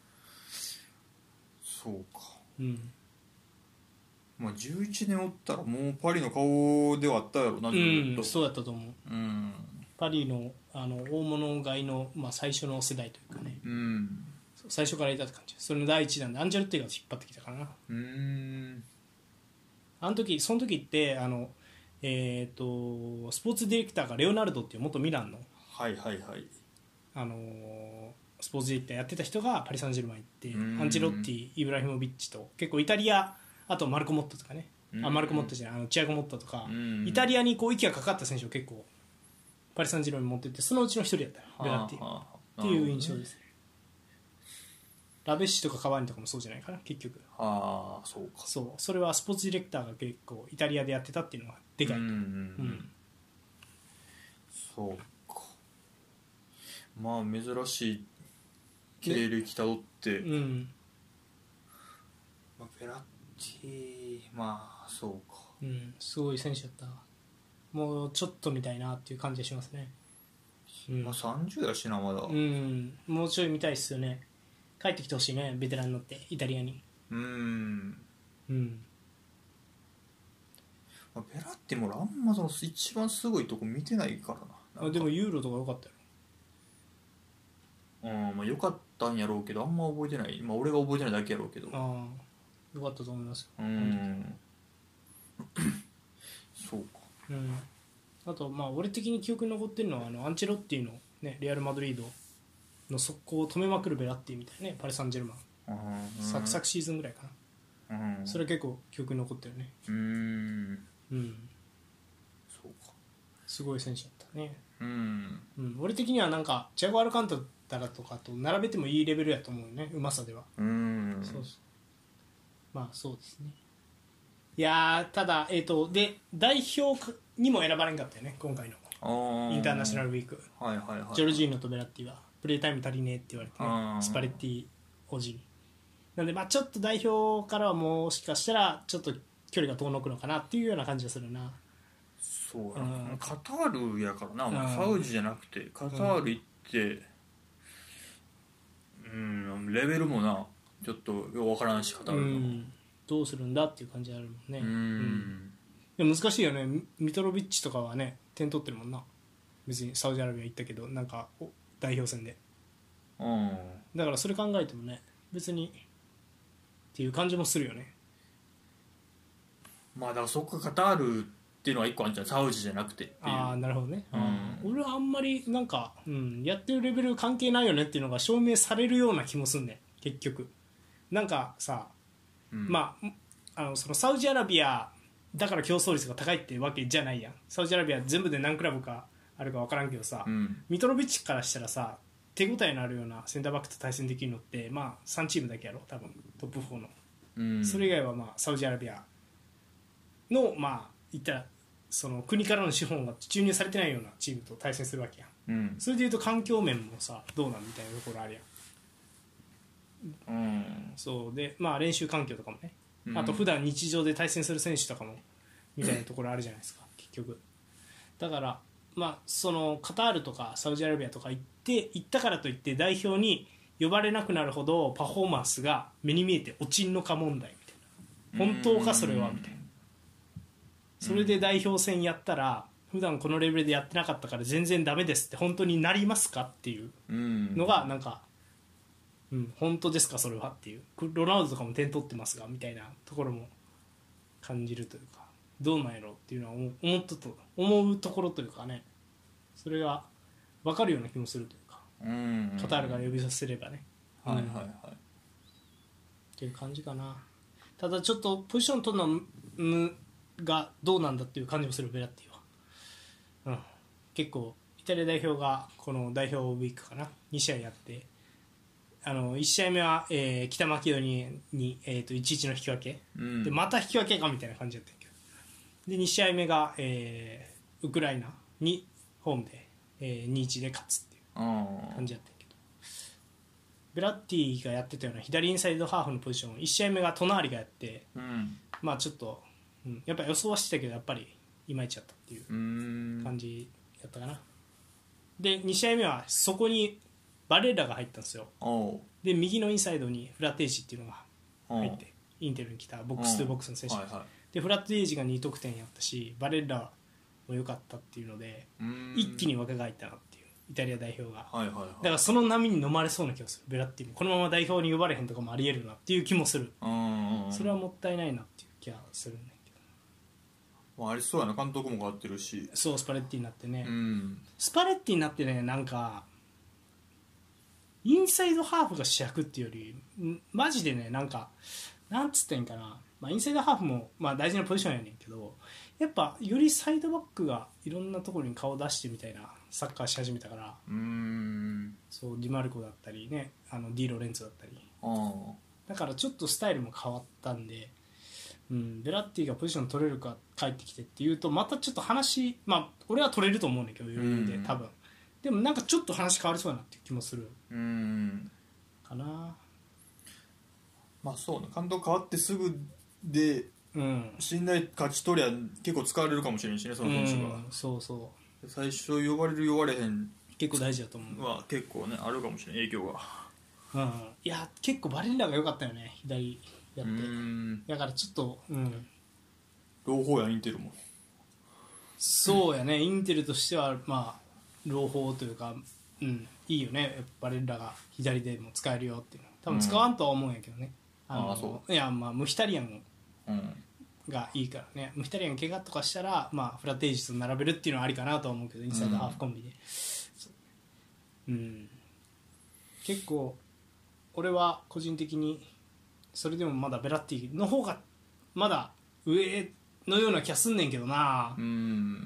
そうか、 うんまあじゅういちねんおったらもうパリの顔ではあったやろな、ずうんっと。 そうだったと思う。 うんパリのあの大物買いの、まあ、最初の世代というかね、 うん最初からいたって感じ。それの第一弾でアンジェロッティが引っ張ってきたからな。 うーんあの時その時ってあの、えー、とスポーツディレクターがレオナルドっていう元ミランの、 はいはいはいあのースポーツディレクターやってた人がパリ・サンジェルマン行ってうんアンチェロッティ、イブラヒモビッチと結構イタリア、あとマルコ・モットとかね、あマルコ・モットじゃないあのチアゴ・モットとか、 うんイタリアにこう息がかかった選手を結構パリ・サンジェルマンに持ってってそのうちの一人だったよベラッティはあはあっていう印象ですね。ラベッシとかカバーニとかもそうじゃないかな結局。 ああそうかそうそれはスポーツディレクターが結構イタリアでやってたっていうのがでかいと、 うんうんうんうんそうか、まあ珍しい経歴たどって、 うんまあ、ペラッティまあそうか、 うん、すごい選手だった。もうちょっとみたいなっていう感じがしますね。うんまあさんじゅうだしなまだううん、もうちょい見たいっすよね。帰ってきてほしいねベテランになってイタリアに。 ーん、 うんまあ、ペラッティも俺あんまその一番すごいとこ見てないからな。なんかあでもユーロとか良かったよ。 うんまあ良かったんやろうけどあんま覚えてない、まあ俺が覚えてないだけやろうけど、 ああ良かったと思いますよ。 うんそうん、あとまあ俺的に記憶に残ってるのはあのアンチェロッティの、ね、レアル・マドリードの速攻を止めまくるベラッティみたいなね、パリ・サンジェルマン、 うん、 昨昨シーズンぐらいかな、うん、それ結構記憶に残ってるね。 うん、 うん、 そうか、 すごい選手だったね。 うん、 うん、俺的にはなんかチアゴ・アルカンタラとかと並べてもいいレベルやと思うよね、うまさでは。 うん、 そうそう、まあそうですね。いやただ、えー、とで代表にも選ばれんかったよね、今回のインターナショナルウィーク、 はいはいはい、 ジョルジーノとベラッティはプレータイム足りねえって言われて、ね、スパレッティおじになんで、まあ、ちょっと代表からはもしかしたらちょっと距離が遠のくのかなっていうような感じがするな。 そうやな、カタールやからな、 うん、 サウジじゃなくてカタール行って、うん、うん、レベルもなちょっとよく分からんし、カタールの、うん、 どうするんだっていう感じあるもんね。 うん、うん、 でも難しいよね。ミトロビッチとかはね点取ってるもんな。別にサウジアラビア行ったけどなんか代表戦で、 うん、 だからそれ考えてもね別にっていう感じもするよね。 まあだからそこカタールっていうのは一個あるんじゃん、サウジじゃなくてっていう。 ああなるほどね、 うん、 俺はあんまりなんか、うん、やってるレベル関係ないよねっていうのが証明されるような気もすんね結局。なんかさ、うん、まあ、あのそのサウジアラビアだから競争率が高いってわけじゃないやん。サウジアラビア全部で何クラブかあるか分からんけどさ、うん、ミトロビッチからしたらさ手応えのあるようなセンターバックと対戦できるのってまあさんチームだけやろ多分トップフォーの、うん、それ以外はまあサウジアラビアのまあ言ったらその国からの資本が注入されてないようなチームと対戦するわけやん、うん、それでいうと環境面もさどうなんみたいなところあるやん、うん、そうでまあ練習環境とかもね、うん、あと普段日常で対戦する選手とかもみたいなところあるじゃないですか結局。だからまあそのカタールとかサウジアラビアとか行って行ったからといって代表に呼ばれなくなるほどパフォーマンスが目に見えて落ちんのか問題みたいな、本当かそれはみたいな。それで代表戦やったら普段このレベルでやってなかったから全然ダメですって本当になりますかっていうのがなんか、うん、本当ですかそれはっていう。ロナウドとかも点取ってますがみたいなところも感じるというか、どうなんやろうっていうのは思ったと思うところというかね、それが分かるような気もするというか、うんうんうん、カタールから呼びさせればね、はいはいはい、っていう感じかな。ただちょっとポジション取るのがどうなんだっていう感じもするベラッティは、うん、結構イタリア代表がこの代表ウィークかなに試合やって、あのいち試合目は、えー、北マケドニアに、えー、といちいちの引き分け、うん、でまた引き分けかみたいな感じだったけど、でに試合目が、えー、ウクライナにホームで、えー、にたいいちで勝つっていう感じだったけど、ベラッティがやってたような左インサイドハーフのポジションをいち試合目が隣がやって、うん、まあちょっと、うん、やっぱ予想はしてたけどやっぱりいまいちだったっていう感じやったかな。でに試合目はそこにバレッラが入ったんですよ。で右のインサイドにフラテージっていうのが入ってインテルに来たボックス2ボックスの選手、はいはい、でフラテージがに得点やったしバレッラも良かったっていうので一気に若返ったなっていうイタリア代表が、はいはいはい、だからその波に飲まれそうな気がする。ベラッティもこのまま代表に呼ばれへんとかもありえるなっていう気もする。それはもったいないなっていう気がするんだけど、 まあ、ありそうやな。監督も変わってるし、 そうスパレッティになってね、うん、スパレッティになってね、なんかインサイドハーフが主役っていうよりマジでね、なんかなんつってんかな、まあ、インサイドハーフもまあ大事なポジションやねんけど、やっぱよりサイドバックがいろんなところに顔を出してみたいなサッカーし始めたから、うーん、そうディマルコだったりね、あのディ・ロレンツだったり、あだからちょっとスタイルも変わったんで、うん、ベラッティがポジション取れるか帰ってきてっていうとまたちょっと話、まあ俺は取れると思うんだけどよにんで多分、でもなんかちょっと話変わりそうだなっていう気もするうんかな。 まあそうね、監督変わってすぐで、うん、信頼勝ち取りゃ結構使われるかもしれんしね、その選手が、うん、そうそう最初呼ばれる呼ばれへん結構大事だと思うは結構ねあるかもしれない影響が、 うん、いや結構バレンラが良かったよね左やって。うんだからちょっと、うん、 朗報やインテルもそうやね、インテルとしてはまあ朗報というか、うん、いいよねバレンラが左でも使えるよっていうの多分使わんとは思うんやけどね、うん、あのあそういやまあムヒタリアンががいいからね。ムヒタリアン怪我とかしたら、まあ、フラテージと並べるっていうのはありかなとは思うけど、インサイドハーフコンビで、うん、うん、結構俺は個人的にそれでもまだベラッティの方がまだ上のような気がすんねんけどな、うん、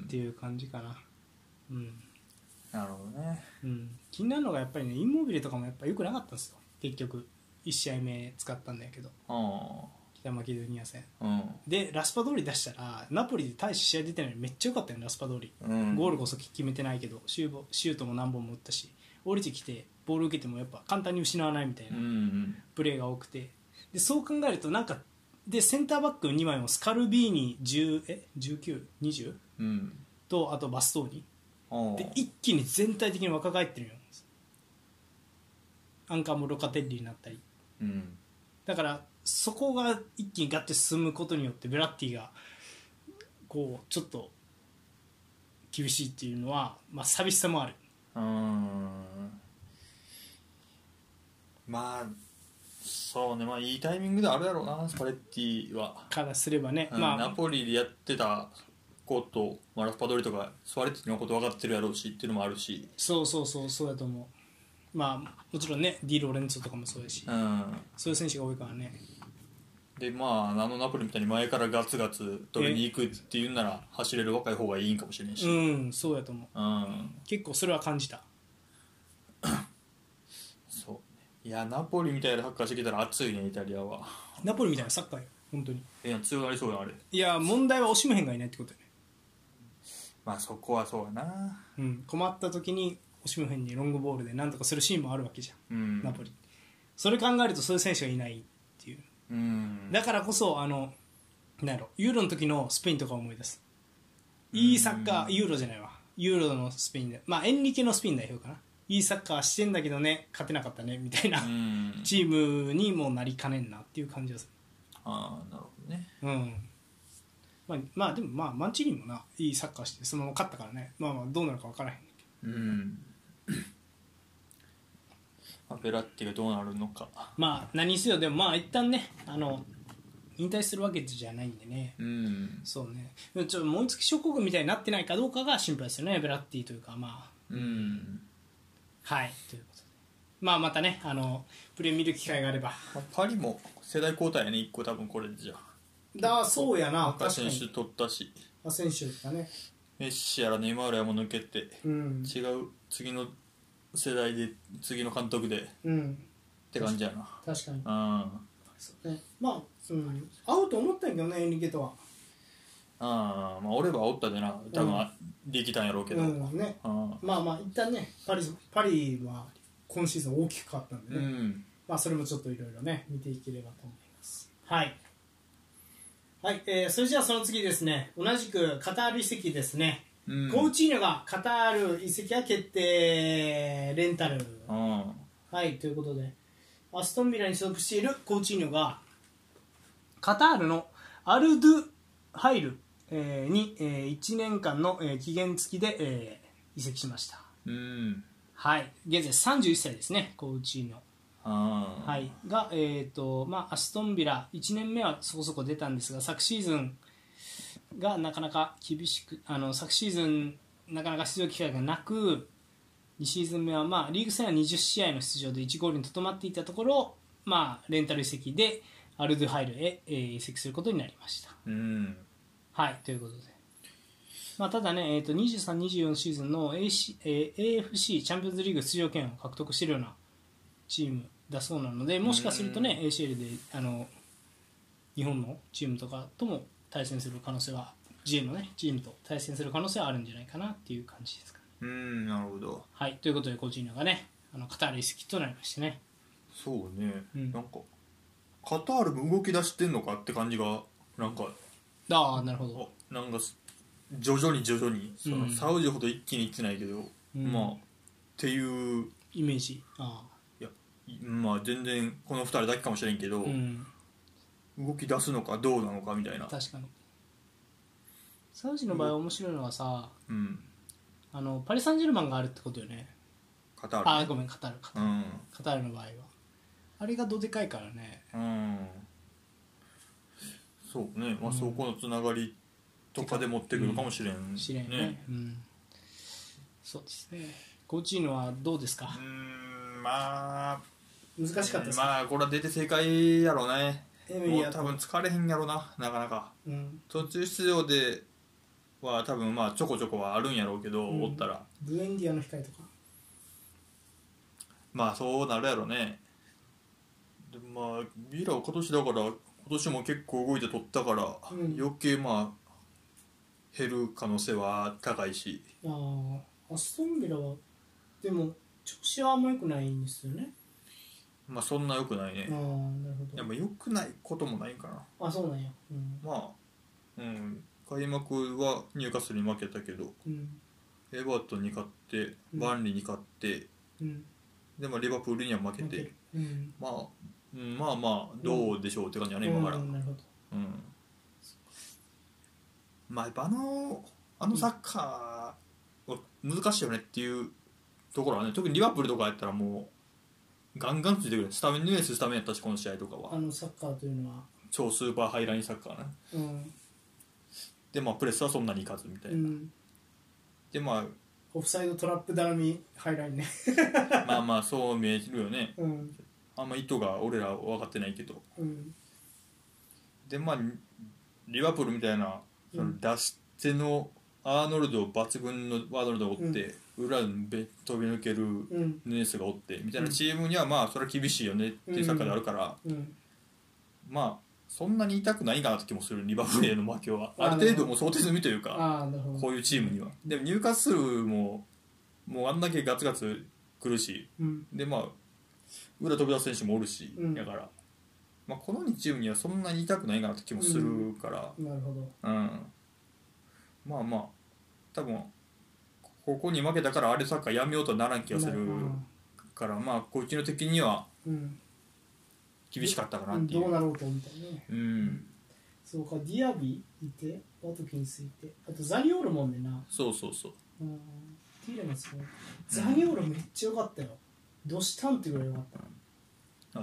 っていう感じかな。うん、 なるほどね、 うん、気になるのがやっぱりね、インモビレとかもやっぱ良くなかったんですよ。結局いち試合目使ったんだけど、北マケドニア戦、うん、でラスパドーリ出したらナポリで大して試合出てないのにめっちゃ良かったよね、ラスパドーリ、うん、ゴールこそ決めてないけどシューシュートも何本も打ったし、降りてきてボール受けてもやっぱ簡単に失わないみたいなプレーが多くて、でそう考えるとなんかでセンターバックにまいもスカルビーニじゅうえじゅうきゅう、にじゅう、うん、とあとバストーニで一気に全体的に若返ってるよ。アンカーもロカテッリになったり、うん、だからそこが一気にガッて進むことによってベラッティがこうちょっと厳しいっていうのは、まあ、寂しさもある。うーん、 まあそうね、まあいいタイミングであるだろうな、スパレッティはからすればね、 うん、まあ、ナポリでやってたこと、まあ、ラスパドリとかスパレッティのこと分かってるやろうしっていうのもあるし、 そうそうそうそうだと思う。まあもちろんね、ディ・ロレンツォとかもそうだし、うん、そういう選手が多いからね。 でまああのナポリみたいに前からガツガツ取りに行くっていうんなら走れる若い方がいいんかもしれんし、 うんそうやと思う、うん、結構それは感じたそう、いやナポリみたいなサッカーしてきたら熱いね、イタリアは。 ナポリみたいなサッカーよ本当に。 いや強くなりそうだあれ。 いや問題はオシムヘンがいないってことよね。 まあそこはそうやな、 うん、困った時にオシムヘンにロングボールでなんとかするシーンもあるわけじゃん、うん、ナポリ。それ考えるとそういう選手がいないっていう、うん、だからこそあのなんやろユーロの時のスペインとか思い出す。いいサッカー、ユーロじゃないわ、ユーロのスペインで、まあエンリケのスペイン代表かな、いいサッカーしてんだけどね勝てなかったねみたいなチームにもなりかねんなっていう感じがする。 ああなるほどね、 うんまあ、まあでもまあマンチーニもないいサッカーしてそのまま勝ったからね、まあまあどうなるか分からへんけど、うんまあ、ベラッティがどうなるのか。 まあ何せよでもまあ一旦ねあの引退するわけじゃないんでね、うん、そうねちょっと燃え尽き症候群みたいになってないかどうかが心配ですよね、ベラッティというかまあ、うん、はいということで、まあまたねあのプレー見る機会があれば、 まあ、パリも世代交代やねいっこ多分これじゃだそうやな、 赤選手取ったし赤選手だね、 メッシやらネイマールやも抜けて、うん、違う次の世代で次の監督で、うん、って感じやな。 確かに、うんそうね、まあ、うん、合うと思ったんやけどねエンリケとは。 ああまあ俺はおったでな多分、うん、できたんやろうけど、うんね、 あまあまあ一旦ねパリ、パリは今シーズン大きく変わったんでね、うん、まあそれもちょっといろいろね見ていければと思います。はいはい、えー、それじゃあその次ですね、同じくカタール移籍ですね、うん、コウチーニョがカタール移籍は決定レンタル、うん、はいということでアストンビラに所属しているコウチーニョがカタールのアルドゥハイル、えー、に、えー、いちねんかんの、えー、期限付きで、えー、移籍しました、うん、はい現在さんじゅういっさいですねコウチーニョ、はい、が、えーとまあ、アストンビラいちねんめはそこそこ出たんですが昨シーズンがなかなか厳しくあの昨シーズンなかなか出場機会がなくにシーズン目は、まあ、リーグ戦はにじゅっしあいの出場でいちゴールにとどまっていたところ、まあ、レンタル移籍でアルドゥハイルへ、えー、移籍することになりました、うん、はいということで、まあ、ただね、えーと、にじゅうさん、にじゅうよんシーズンの エーシー、えー、エーエフシー チャンピオンズリーグ出場権を獲得しているようなチームだそうなので、もしかするとね エーシーエル であの日本のチームとかとも対戦する可能性は ジェー のねチームと対戦する可能性はあるんじゃないかなっていう感じですかね。 うーんなるほど。 はいということでコチーニョがねあのカタール移籍となりましてね。 そうね、うん、なんかカタールも動き出してんのかって感じがなんかああなるほどなんか徐々に徐々にその、うん、サウジほど一気にいってないけど、うん、まあっていうイメージ。ああいやまあ全然このふたりだけかもしれんけど、うん、動き出すのかどうなのかみたいな。 確かにサウジの場合面白いのはさ、うん、あのパリ・サンジェルマンがあるってことよね。 カタール、ね、 あごめんカタールカタール、うん、カタールの場合はあれがどでかいからね。うんそうね、まあ、そこのつながりとかで持ってくるかもしれん、 うん、しれんね、 ね、 うん、そうですね。コーチーノはどうですか？ うーん、まあ難しかったですか？ まあこれは出て正解やろうね。 エミリアともう多分疲れへんやろな、なかなか、 うん、 途中出場では多分まあちょこちょこはあるんやろうけど、 うん、 おったらブエンディアの控えとかまあそうなるやろね。でまあビラは今年だから今年も結構動いて取ったから、 うん、 余計まあ減る可能性は高いし、 ああアストンビラはでも調子はあんま良くないんですよね。 まあそんな良くないね。 ああなるほど。 いやまあ良くないこともないかな。 あそうなんや、うん、 まあうん開幕はニューカッスルに負けたけど、 うんエバートンに勝ってバンリーに勝って、 うん、 でもリバプールには負けて、 負ける、うん、 まあ、うん、まあまあどうでしょうって感じやね、今から。 うん、なるほど。 うん、まあやっぱあのあのサッカーは難しいよねっていうところはね、特にリバプールとかやったらもうガンガンついてくる。スタメンヌエススタメンやったし、この試合とかはあのサッカーというのは、 超スーパーハイラインサッカーね。 うんでまあプレスはそんなにいかずみたいな、 うん、 でまオフサイドトラップ絡みハイラインねあまあまあそう見えるよね。 うんあんま意図が俺らは分かってないけど、 うんでまあリバプールみたいなその出し手のアーノルド抜群のアーノルドがおって、うん、裏で飛び抜けるヌネスがおってみたいなチームにはまあそれは厳しいよねっていうサッカーであるから、 うんうん、 まあそんなに痛くないかなって気もする。リバプールへの負けはある程度もう想定済みというか、こういうチームには。でもニューカッスルももうあんだけガツガツ来るし、 うん、でまあ裏飛び出す選手もおるし、うん、だから、まあ、このにチームにはそんなに痛くないかなって気もするから、 うん、なるほど、 うん、まあまあ多分ここに負けたからあれサッカーやめようとはならん気がするから、まあこっちの敵には厳しかったかなっていう、 どうなろうとみたいなね、 うん、 そうか。ディアビいてワトキンスいて、あとザニオールもんねんな。 そうそうそう、 うん、ティーレマスもザニオールめっちゃ良かったよ。どしたんっていうぐらい良かった。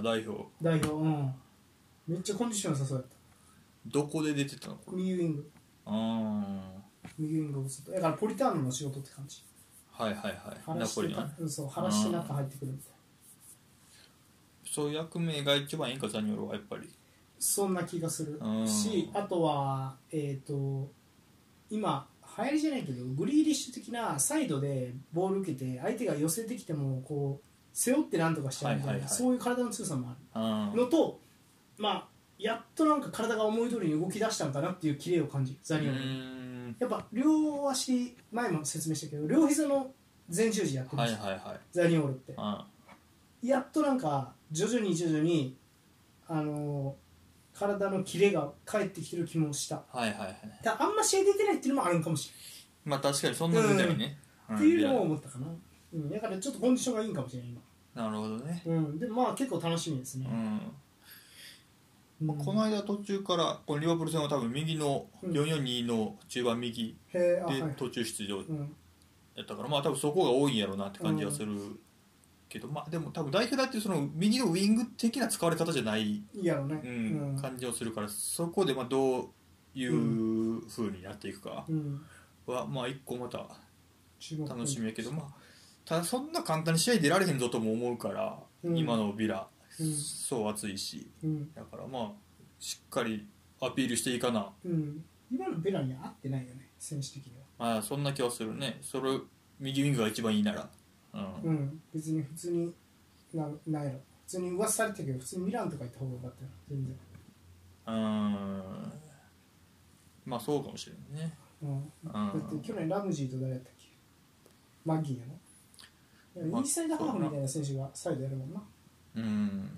あ代表代表、うん、めっちゃコンディション良さそうやった。 どこで出てたのこれ？ 右ウィング。 あ右ウィングをずっとだからポリターノの仕事って感じ。 はいはいはいナポリの、 うん、そう晴らして中入ってくるみたいな。 そういう役名が一番いいかザニョロはやっぱりそんな気がするし、あとはえっ、ー、と今流行りじゃないけどグリーリッシュ的なサイドでボール受けて相手が寄せてきてもこう背負ってなんとかしちゃうみたいな、はいはいはい、そういう体の強さもあるのと、まあやっとなんか体が思い通りに動き出したのかなっていうキレを感じるザニオル。やっぱ両足前も説明したけど両膝の前十字やってるし、はいはいはい、ザニオールってやっとなんか徐々に徐々にあのー、体のキレが返ってきてる気もした、はいはいはい、だあんま試合出てないっていうのもあるかもしれない。 まあ確かにそんな出てないね、 うん、っていうのを思ったかな、うん、だからちょっとコンディションがいいんかもしれない今。 なるほどね、 うん、でもまあ結構楽しみですね、 うん、うん、この間途中からこのリバプール戦は多分右のよんよんにの中盤右で途中出場やったから、まあ多分そこが多いんやろうなって感じはするけど、まあでも多分代表だってその右のウイング的な使われ方じゃないいやろね、 うんうん、感じをするから、そこでまあどういう風になっていくかはまあ一個また楽しみやけど、まあただそんな簡単に試合出られへんぞとも思うから、うん、今のビラ、うん、そう熱いし、うん、だからまあしっかりアピールしていかな、 うん、今のビラには合ってないよね選手的には。ああそんな気はするね。それ右ウィングが一番いいなら、 うんうん、別に普通にななんやろ普通に噂されてたけど普通にミランとか行った方がよかったよ全然。 うんまあそうかもしれないね、 うん、だって去年ラムジーと誰やったっけマッギーやろ右サイドハーフみたいな選手がサイドやるもんな。うん。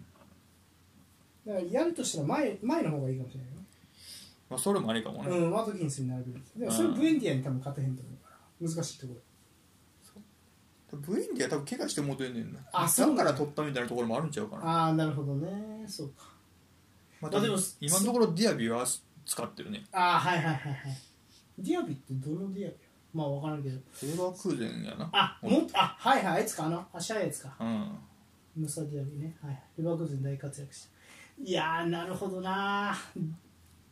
だからやるとしたら前前の方がいいかもしれないよ。 まあそれもありかもね。 うん、ワトキンスに並べる。でもそれブエンディアに多分勝てへんと思うから難しいところ。ブエンディア多分怪我してもうてんねんな。あ、そうだから取ったみたいなところもあるんちゃうかな。 ああなるほどね、そうか。 まあでも今のところディアビは使ってるね。 ああはいはいはいはい。ディアビってどのディアビ？まあ分からんけどレバークーゼンやなあもあはいはいあいつかあの足早いやつかうんムサディアビねはいレバークーゼン大活躍した。いやーなるほどな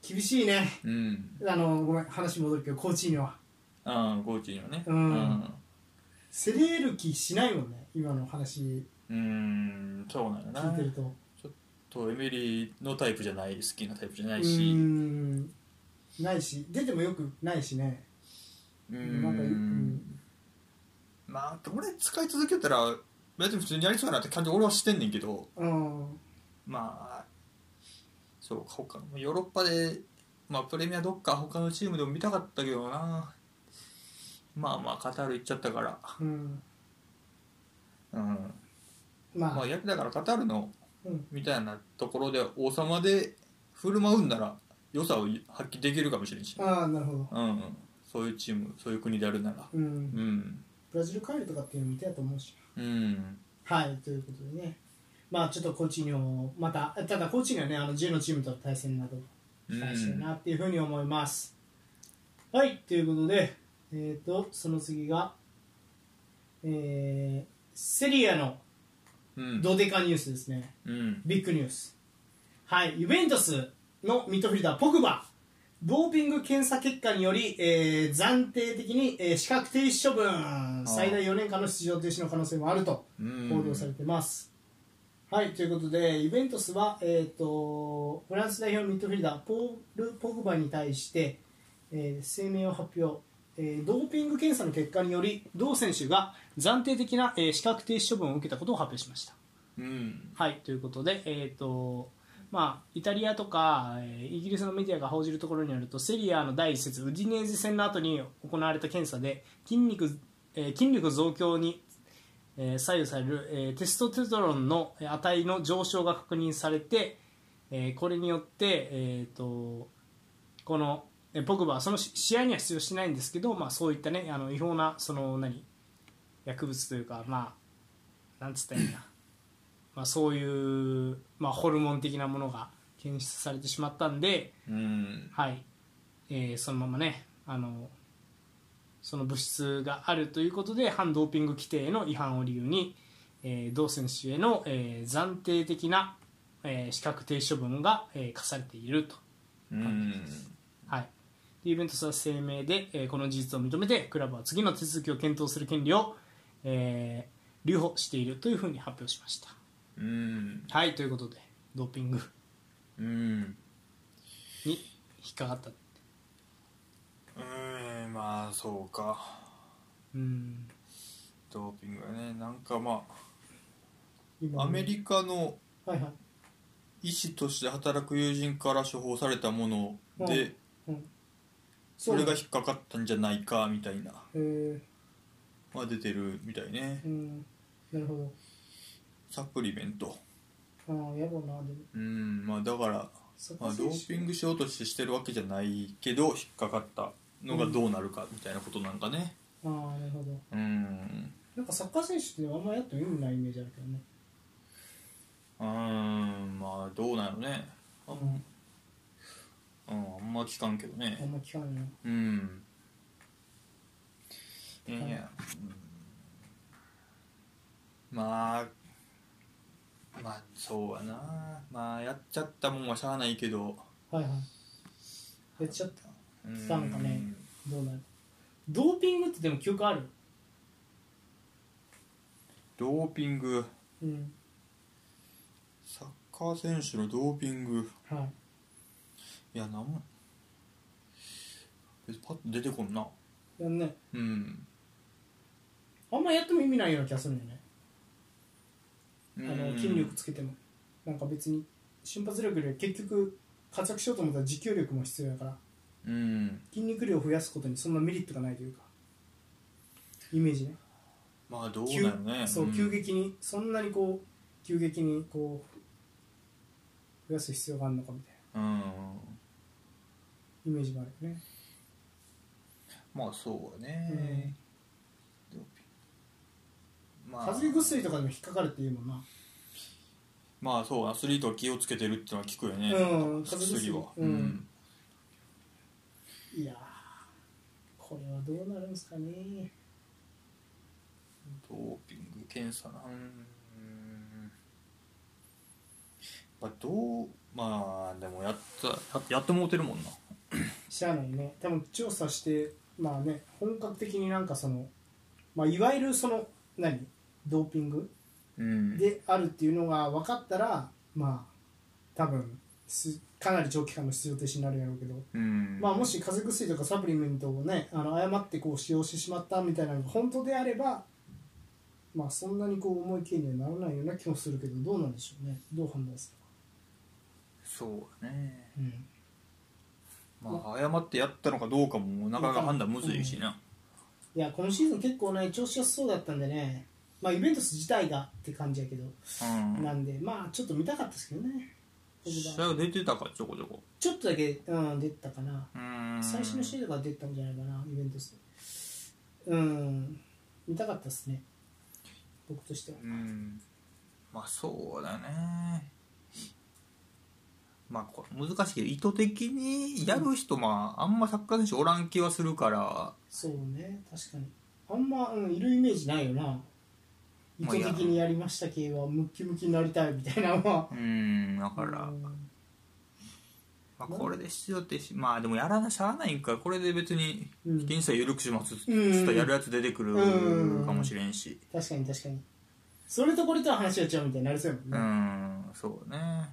厳しいね。 うんあのごめん話戻るけどコーチにはああコーチにはねうん競れる気しないもんね今の話うんうんそうなんだな聞いてると。 ちょっとエミリーのタイプじゃない好きなタイプじゃなういしんないし出てもよくないしね。 うんなんかうんまあ俺使い続けたら別に普通にやりそうやなって感じ俺はしてんねんけどうんまあそうか他のヨーロッパでまあプレミアどっか他のチームでも見たかったけどなまあまあカタール行っちゃったからうんうんまあ、 まあやだからカタールのうんみたいなところで王様で振る舞うんなら良さを発揮できるかもしれんし、 ああなるほど。 うんうん、そういうチームそういう国であるならうんうんブラジル帰るとかっていうの見てやと思うし。 うんはいということでねまあちょっとコーチニョまたただコーチニョはねあのじゅうのチームとの対戦など期待したいなっていうふうに思います、うん、はいということでえーとその次がえー、セリアのうんドデカニュースですね、 うんビッグニュース。はいユベントスのミッドフィルダーポグバドーピング検査結果により、えー、暫定的に、えー、資格停止処分最大よねんかんの出場停止の可能性もあると報道されてます。はいということでユベントスは、えー、とフランス代表ミッドフィルダーポール・ポグバに対して、えー、声明を発表、えー、ドーピング検査の結果により同選手が暫定的な、えー、資格停止処分を受けたことを発表しました。 うんはいということで、えーとまあ、イタリアとか、えー、イギリスのメディアが報じるところによるとセリアの第一節ウディネーゼ戦の後に行われた検査で筋肉、えー、筋力増強に、えー、左右される、えー、テストステロンの値の上昇が確認されて、えー、これによって、えー、とこのえーポグバはその試合には出場してないんですけど、まあ、そういった、ね、あの違法なその何薬物というか、まあ、なんつったらいいんだまあ、そういう、まあ、ホルモン的なものが検出されてしまったんで、 うんはいえー、そのままねあのその物質があるということで反ドーピング規定への違反を理由に、えー、同選手への、えー、暫定的な、えー、資格停止処分が、えー、課されていると、 うんはい、でイベントスは声明で、えー、この事実を認めてクラブは次の手続きを検討する権利を、えー、留保しているというふうに発表しました。 うんはいということでドーピングうんに引っかかった。 うんまあそうかうんドーピングはねなんかま今あアメリカのはいはい医師として働く友人から処方されたもので、 うんうん、 それが引っかかったんじゃないかみたいなへーまあ出てるみたいねうんなるほどサプリメントああやばなでもうんまあだから、まあ、 サッカー選手ドーピングしようとしてしてるわけじゃないけど引っかかったのがどうなるかみたいなことなんかねああなるほどうんなんかサッカー選手ってあんまやっても意味ないイメージあるけどねうんまあどうなのねあ,、うんうん、あんま聞かんけどねあんま聞かないなうんいや、うんまあまあそうやなまあやっちゃったもんはしゃあないけどはいはいやっちゃったうんしたのかねどうなるドーピングってでも記憶あるドーピングうんサッカー選手のドーピングはいやなんも別にパッと出てこんなやんねうんあんまやっても意味ないような気がするんだよねあうんの筋力つけてもなんか別に瞬発力で結局活躍しようと思ったら持久力も必要だからうん筋肉量を増やすことにそんなメリットがないというかイメージねまあどうなるねそう、 ん急激にそんなにこう急激にこう増やす必要があるのかみたいうんなイメージがあるよね、 まあそうね、ドーピングまあ風邪薬とかでも引っかかるっていうもんなまあそうアスリートは気をつけてるってのは聞くよね、 うん風邪薬薬は、 うんいやーこれはどうなるんですかねドーピング検査なうんぱどうまあでもやったややってもうてるもんな。 しゃあないね。多分調査してまあね本格的になんかその、まあ、いわゆるその何ドーピングうんであるっていうのが分かったらまあ多分すかなり長期間の出場停止になるやろうけど、 うんまあ、もし風邪薬とかサプリメントをねあの誤ってこう使用してしまったみたいなのが本当であれば、まあ、そんなにこう重い刑にはならないような気もするけどどうなんでしょうね。どう判断すそうね。 るか、うん、 まあ誤ってやったのかどうかもなかなか判断むずいしな。 いや今シーズン結構ね調子良さそうだったんでね、まあ、イベントス自体がって感じやけど、 うんなんでまあちょっと見たかったですけどね。 試合出てたかちょこちょこ。 ちょっとだけ、うん、出たかな。 うん最初の試合とか出たんじゃないかなイベントスで。うん見たかったですね僕としては。 うんまあそうだね。まあこれ難しいけど意図的にやる人、まああんまサッカー選手おらん気はするから。 そうね確かにあんま、うん、いるイメージないよな。意図的にやりました系はムッキムキになりたいみたいなのは。 うんだから、 うんまあ、これで出場ってしまあでもやらなしゃあないんからこれで別にうん危険さ緩くしますっつったうんらやるやつ出てくるうんかもしれんし。 確かに確かにそれとこれとは話が違うみたいになりそうやもんうね。 んそうね。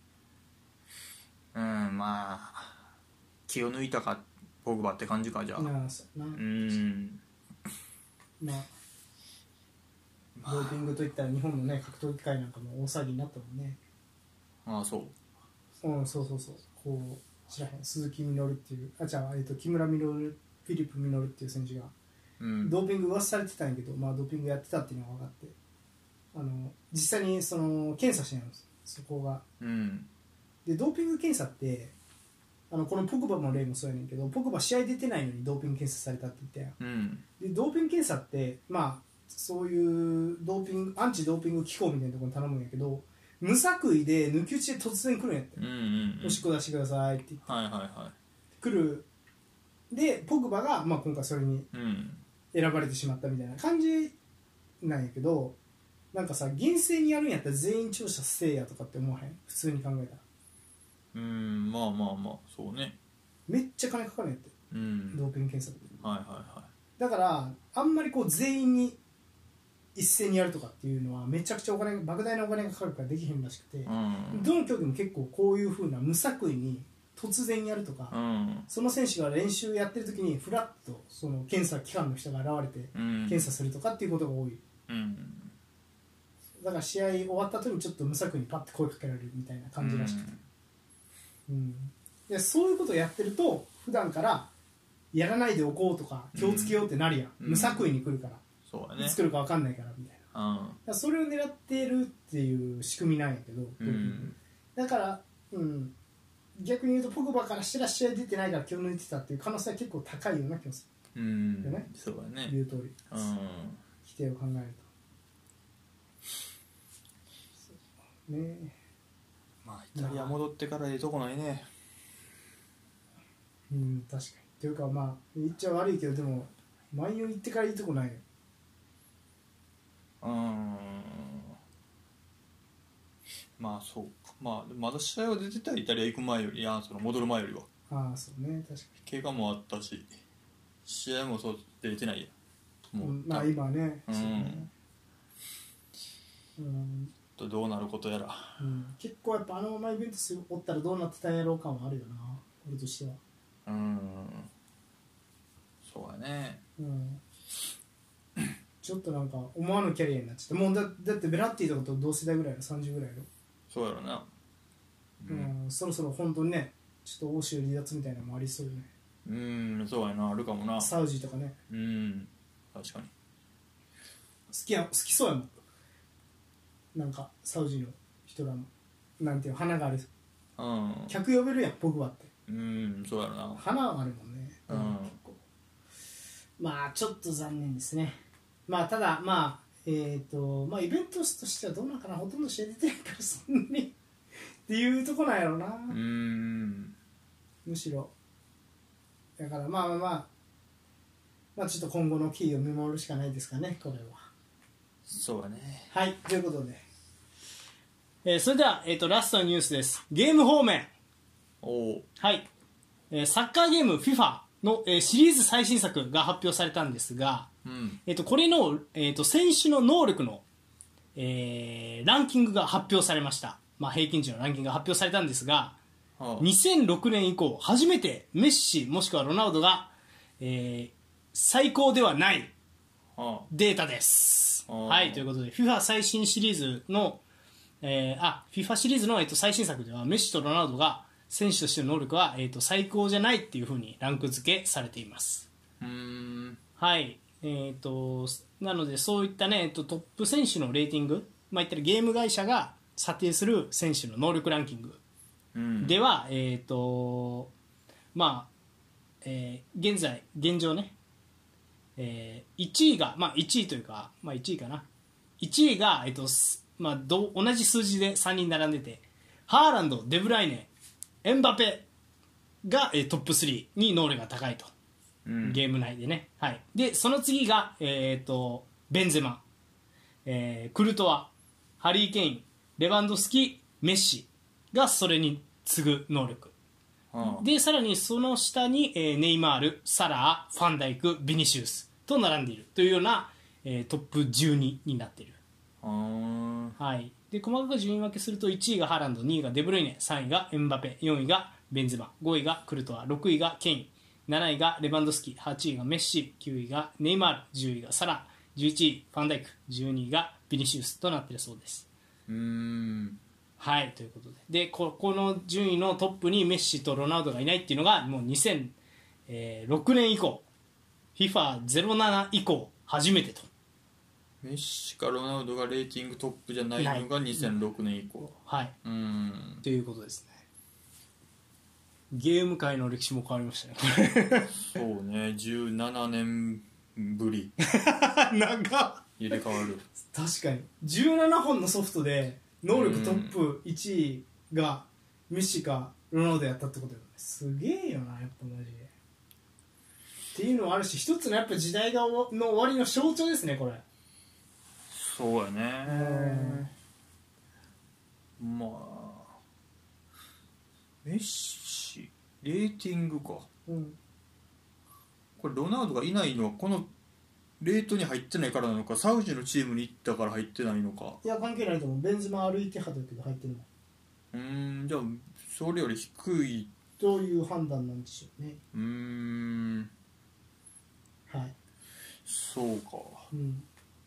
うんまあ気を抜いたかポグバって感じかじゃあ。 なあそうな、 うんまあドーピングといったら日本のね格闘技界なんかも大騒ぎになったもんね。 ああそううんそうそうそうこう知らへん鈴木みのるっていうあじゃあ、えー、と木村みのるフィリップみのるっていう選手がうんドーピング噂されてたんやけど、まあ、ドーピングやってたっていうのが分かってあの実際にその検査しないんですそこが。 うんでドーピング検査ってあのこのポグバの例もそうやねんけどポグバ試合出てないのにドーピング検査されたって言ったやん。 うんでドーピング検査ってまあそういうドーピングアンチドーピング機構みたいなところに頼むんやけど無作為で抜き打ちで突然来るんやって、 うんうんうんおしっこ出してくださいって言ってはいはいは来るでポグバが、まあ、今回それにいうん選ばれてしまったみたいな感じなんやけどなんかさ厳正にやるんやったら全員調査せえやとかって思わへん普通に考えたらうんまあまあまあそうね。 めっちゃ金かかるんやってうんドーピング検査ってはいはいはだからあんまりこう全員に一斉にやるとかっていうのはめちゃくちゃお金莫大なお金がかかるからできへんらしくて、 うんどの競技も結構こういう風な無作為に突然やるとか、 うんその選手が練習やってる時にフラッとその検査機関の人が現れてうん検査するとかっていうことが多い。 うんだから試合終わった後にちょっと無作為にパッて声かけられるみたいな感じらしくて、うんでそういうことをやってると普段からやらないでおこうとか気をつけようってなるやん、 うん無作為に来るから、 そうだねいつ来るか分かんないからみたいな。 うんだからそれを狙ってるっていう仕組みなんやけど、 うんだから、うん、逆に言うとポグバからしてら試合出てないから気を抜いてたっていう可能性は結構高いような気がすうんよねそうだねる言う通りうん規定を考えるとねえまあイタリア戻ってからええとこないね。 うん確かにというかまあ言っちゃ悪いけどでもマンユー行ってからいいとこないよ。 うんまあそうかまあまだ試合は出てたらイタリア行く前よりいやその戻る前よりはああそうね確か怪我もあったし試合もそう出てないやにもう、 うんまあ今ねうんそうねうんとどうなることやらうん、結構やっぱあのままイベントスおったらどうなってたんやろう感はあるよな俺としては。 うんそうやねうんちょっとなんか思わぬキャリアになっちゃってもう だ, だってベラッティとかと同世代ぐらいのさんじゅうぐらいの、 そうやろなうんそろそろ本当にねちょっと欧州離脱みたいなのもありそうよね。 うんそうやなあるかもなサウジとかねうん確かに好きや好きそうやもんなんかサウジの人らもなんていうの花があるうん客呼べるやんポグバってうんそうやろな花があるもんね、 うんまあちょっと残念ですね。まあただまあえっ、とまあイベントとしてはどうなのかなほとんど試合出てないからそんなにっていうとこなんやろうな、 うんむしろだからまあまあまあまあちょっと今後の経緯を見守るしかないですかねこれは。 そうやねはいということでえー、それでは、えー、とラストのニュースです。ゲーム方面、 おお。 はい、えーサッカーゲーム フィファ の、えーシリーズ最新作が発表されたんですが、 うんえー、とこれの、えー、と選手の能力の、えーランキングが発表されました。まあ、平均値のランキングが発表されたんですが、 はにせんろくねん以降初めてメッシもしくはロナウドが、えー最高ではないあはデータです。 あーはい、ということで フィファ 最新シリーズの、えーあ フィファ シリーズの、えー、と最新作ではメッシとロナウドが選手としての能力は、えー、と最高じゃないっていう風にランク付けされています。 あ。うーん。 はい、えー、となのでそういったね、えー、とトップ選手のレーティング、まあ、言ったらゲーム会社が査定する選手の能力ランキングうん。 では、えーとまあえー現在現状ね、えーいちいが、まあ、いちいというか、まあ、いちいかな、いちいが、えっとすまあ、ど同じ数字でさんにん並んでて、ハーランド、デブライネ、エンバペが、えートップスリーに能力が高いと、 うん。 ゲーム内でね、はい、でその次が、えー、とベンゼマ、えークルトワ、ハリー・ケイン、レバンドフスキ、メッシがそれに次ぐ能力はあ。 で、さらにその下に、えーネイマール、サラー、ファンダイク、ビニシウスと並んでいるというような、えートップじゅうにになっている。 あはい、で細かく順位分けするといちいがハーランド、にいがデブルイネ、さんいがエムバペ、よんいがベンゼマ、ごいがクルトワ、ろくいがケイン、なないがレバンドフスキ、はちいがメッシ、きゅういがネイマール、じゅういがサラ、じゅういちいファンダイク、じゅうにいがビニシウスとなっているそうです。 ー。うーん。 はい、ということで、でここの順位のトップにメッシとロナウドがいないっていうのがもうにせんろくねん以降 フィファゼロなな 以降初めてと。 メッシかロナウドがレーティングトップじゃないのがにせんろくねん以降。 はい、 うーん。 ということですね。ゲーム界の歴史も変わりましたねそうね、じゅうななねんぶり。 長っ。 入れ替わる。 確かにじゅうななほんのソフトで能力トップいちいがメッシかロナウドやったってことだよね。すげえよな、やっぱマジで。っていうのはあるし、一つのやっぱ時代がおの終わりの象徴ですね、これ。 そうやね。まあメッシレーティングか。 うんこれロナウドがいないのはこのレートに入ってないからなのか、サウジのチームに行ったから入ってないのか。 いや関係ないと思う。ベンゼマ歩いてはだけど入ってるもん。 うーん、じゃあそれより低い。 どういう判断なんでしょうね。 うーん、 はい、 そうか。 うん、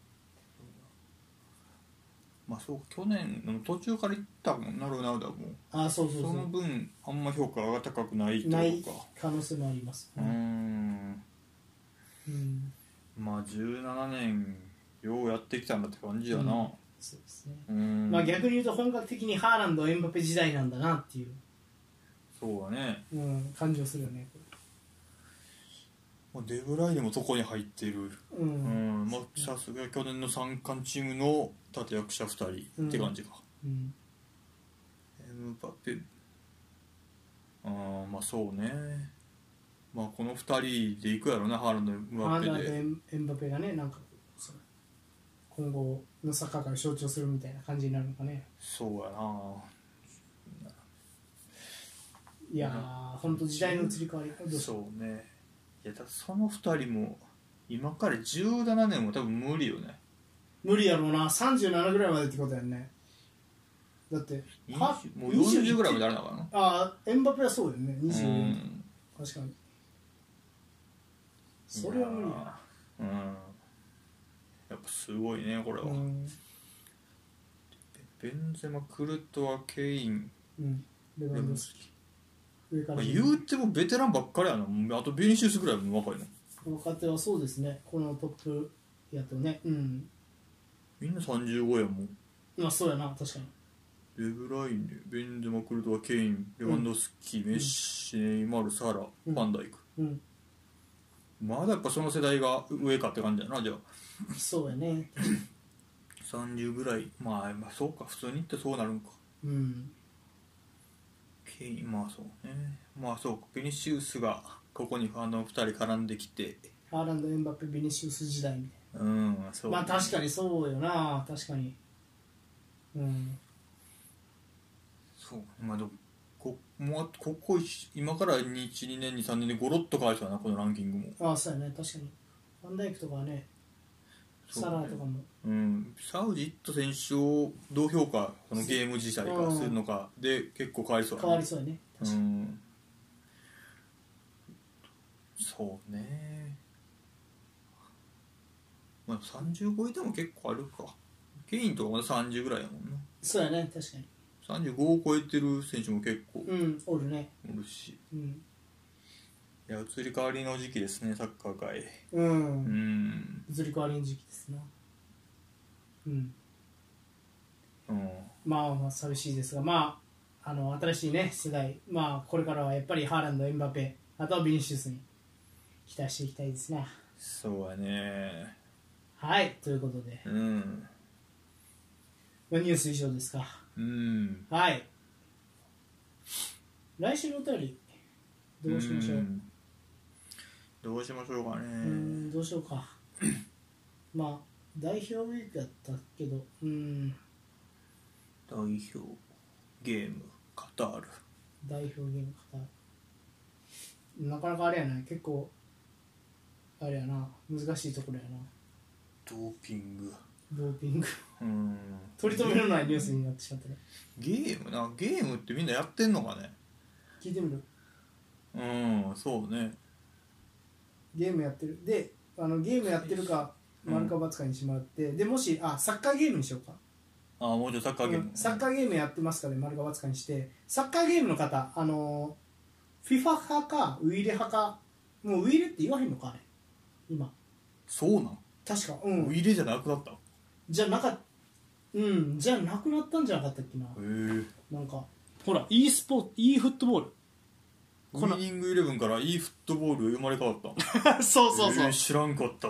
まあそうか、去年の途中から行ったもんな、ロナウドはもう。 あ、そうそうそそのう、 分あんま評価が高くないってないことか。 可能性もあります、 うーん、 うんまあじゅうななねんようやってきたんだって感じやな。 うんそうですね。 うーん、 まあ逆に言うと本格的にハーランドエムバペ時代なんだなっていう、 そうだね。 うん、感じをするよね、こまあデブライネもそこに入ってる。 れ。ううんん、まあさすが去年の三冠チームの立役者ふたりって感じか。 うんエムバペ、あーまあそうね。まあこのふたりでいくやろな、ハーランドエムハーランドバペで。 エムエムバペがね、なんかその今後のサッカー界を象徴するみたいな感じになるのかね。 そうやな。 いやー、本当時代の移り変わり。どうしよそうね。いやだそのふたりも今からじゅうななねんも多分無理よね。 う、無理やろうな、さんじゅうななぐらいまでってことやんね。だってはにじゅうもうよんじゅうぐらいまであるのかな。 あーエムバペはそうだよね、にじゅうよん、 うん確かに。それは無理やうん、やっぱすごいねこれは。 な。うんベンゼマ、クルトワ、ケイン、 うん、レバンドフスキ上からまあ、言うてもベテランばっかりやな。あとベニシウスぐらいも若いの。 若手はそうですね、このトップやとね。うん、 みんなさんじゅうごやもん。 まあそうやな、確かに。 デブライネ、ベンゼマ、クルトワ、ケイン、レバンドフスキ、メッシ、ネイマール、サラ、ファンダイク。 うんまだやっぱその世代が上かって感じやな。じゃあそうやね。 さんじゅうぐらい、まあ、まあそうか、普通に言ってそうなるんか。 うんケイン、まあそうね。まあそうか、ベニシウスがここにあのふたり絡んできて、 ハーランド、エムバペ、ビニシウス時代みたいうん、そう、 な。まあ確かにそうよな、確かに。うんそうまあでもこもうここ今からいち、にねんにさんねんでゴロッと変わりそうだなこのランキングも。 ああそうやね確かにファンダイクとかはねサラーとかも、 うん、サウジ・イット選手をどう評価そのゲーム自体がするのかで結構変わりそうだね。 変わりそうやね確かに、 うん、そうねまあさんじゅう超えても結構あるか。ケインとかまださんじゅうぐらいやもんな。 そうやね確かにさんじゅうごを超えてる選手も結構うんおるねおるし、 うんいや移り変わりの時期ですねサッカー界。 うん、 うん移り変わりの時期ですなうんうんまあまあ寂しいですがまああの新しいね世代まあこれからはやっぱりハーランドエムバペあとはビニシウスに期待していきたいですね。 そうやねはいということで、 うんまあ、ニュース以上ですか。 うんはい来週のお便りどうしましょう。 んどうしましょうかね。 うんどうしようかまあ代表ウィークやったけどうん代表ゲームカタール代表ゲーム方なかなかあれやな結構あれやな難しいところやな。 ドーピングドーピングうん取り留めのないニュースになってしまったね。 ゲームなゲームってみんなやってんのかね。 聞いてみる。 うんそうねゲームやってるであのゲームやってるか丸か×かにしてもらって、うん、でもしあサッカーゲームにしようか。 あもうちょいサッカーゲーム、 うん、サッカーゲームやってますかで丸か×かにしてサッカーゲームの方あの FIFA 派かウイレ派かもうウイレって言わへんのかあれ今そうなん確かうんウイレじゃなくなったへじゃなかうんじゃなくなったんじゃなかったっけな。 えなんかほら e スポーツ e フットボールウィニングイレブンから e フットボール生まれ変わったそうそうそう、 えー、知らんかった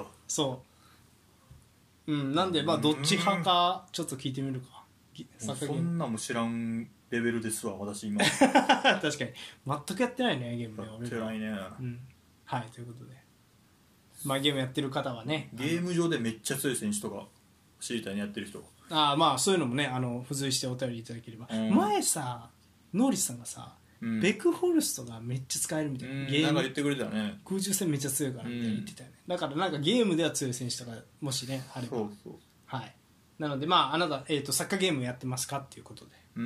そううんなんでまあどっち派かちょっと聞いてみるか。 そんなんも知らんレベルですわ私今確かに全くやってないねゲームね。 やってないね、 うん、はいということでまあゲームやってる方はねゲーム上でめっちゃ強い選手とか知りたいねやってる人。 ああまあそういうのもねあの付随してお便りいただければ、うん、前さノーリスさんがさ、うん、ベクホルストがめっちゃ使えるみたいな、うん、ゲームなんか言ってくれたね。 空中戦めっちゃ強いからみたいな言ってたよね、うん、だからなんかゲームでは強い選手とかもしねあればそうそうはいなのでまああなた、えーと、サッカーゲームやってますかっていうことで、うん、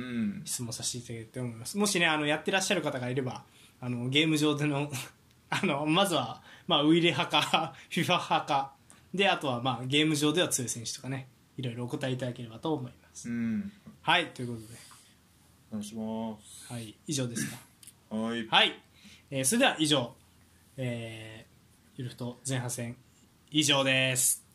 質問させていただきたいと思います。もしねあのやってらっしゃる方がいればあのゲーム上でのあのまずは、まあ、ウイレ派か FIFA 派かであとは、まあ、ゲーム上では強い選手とかねいろいろお答えいただければと思います、うん、はいということでお願いします。 はい以上ですかはい、 はいえー、それでは以上、えー、ゆるふと前半戦以上です。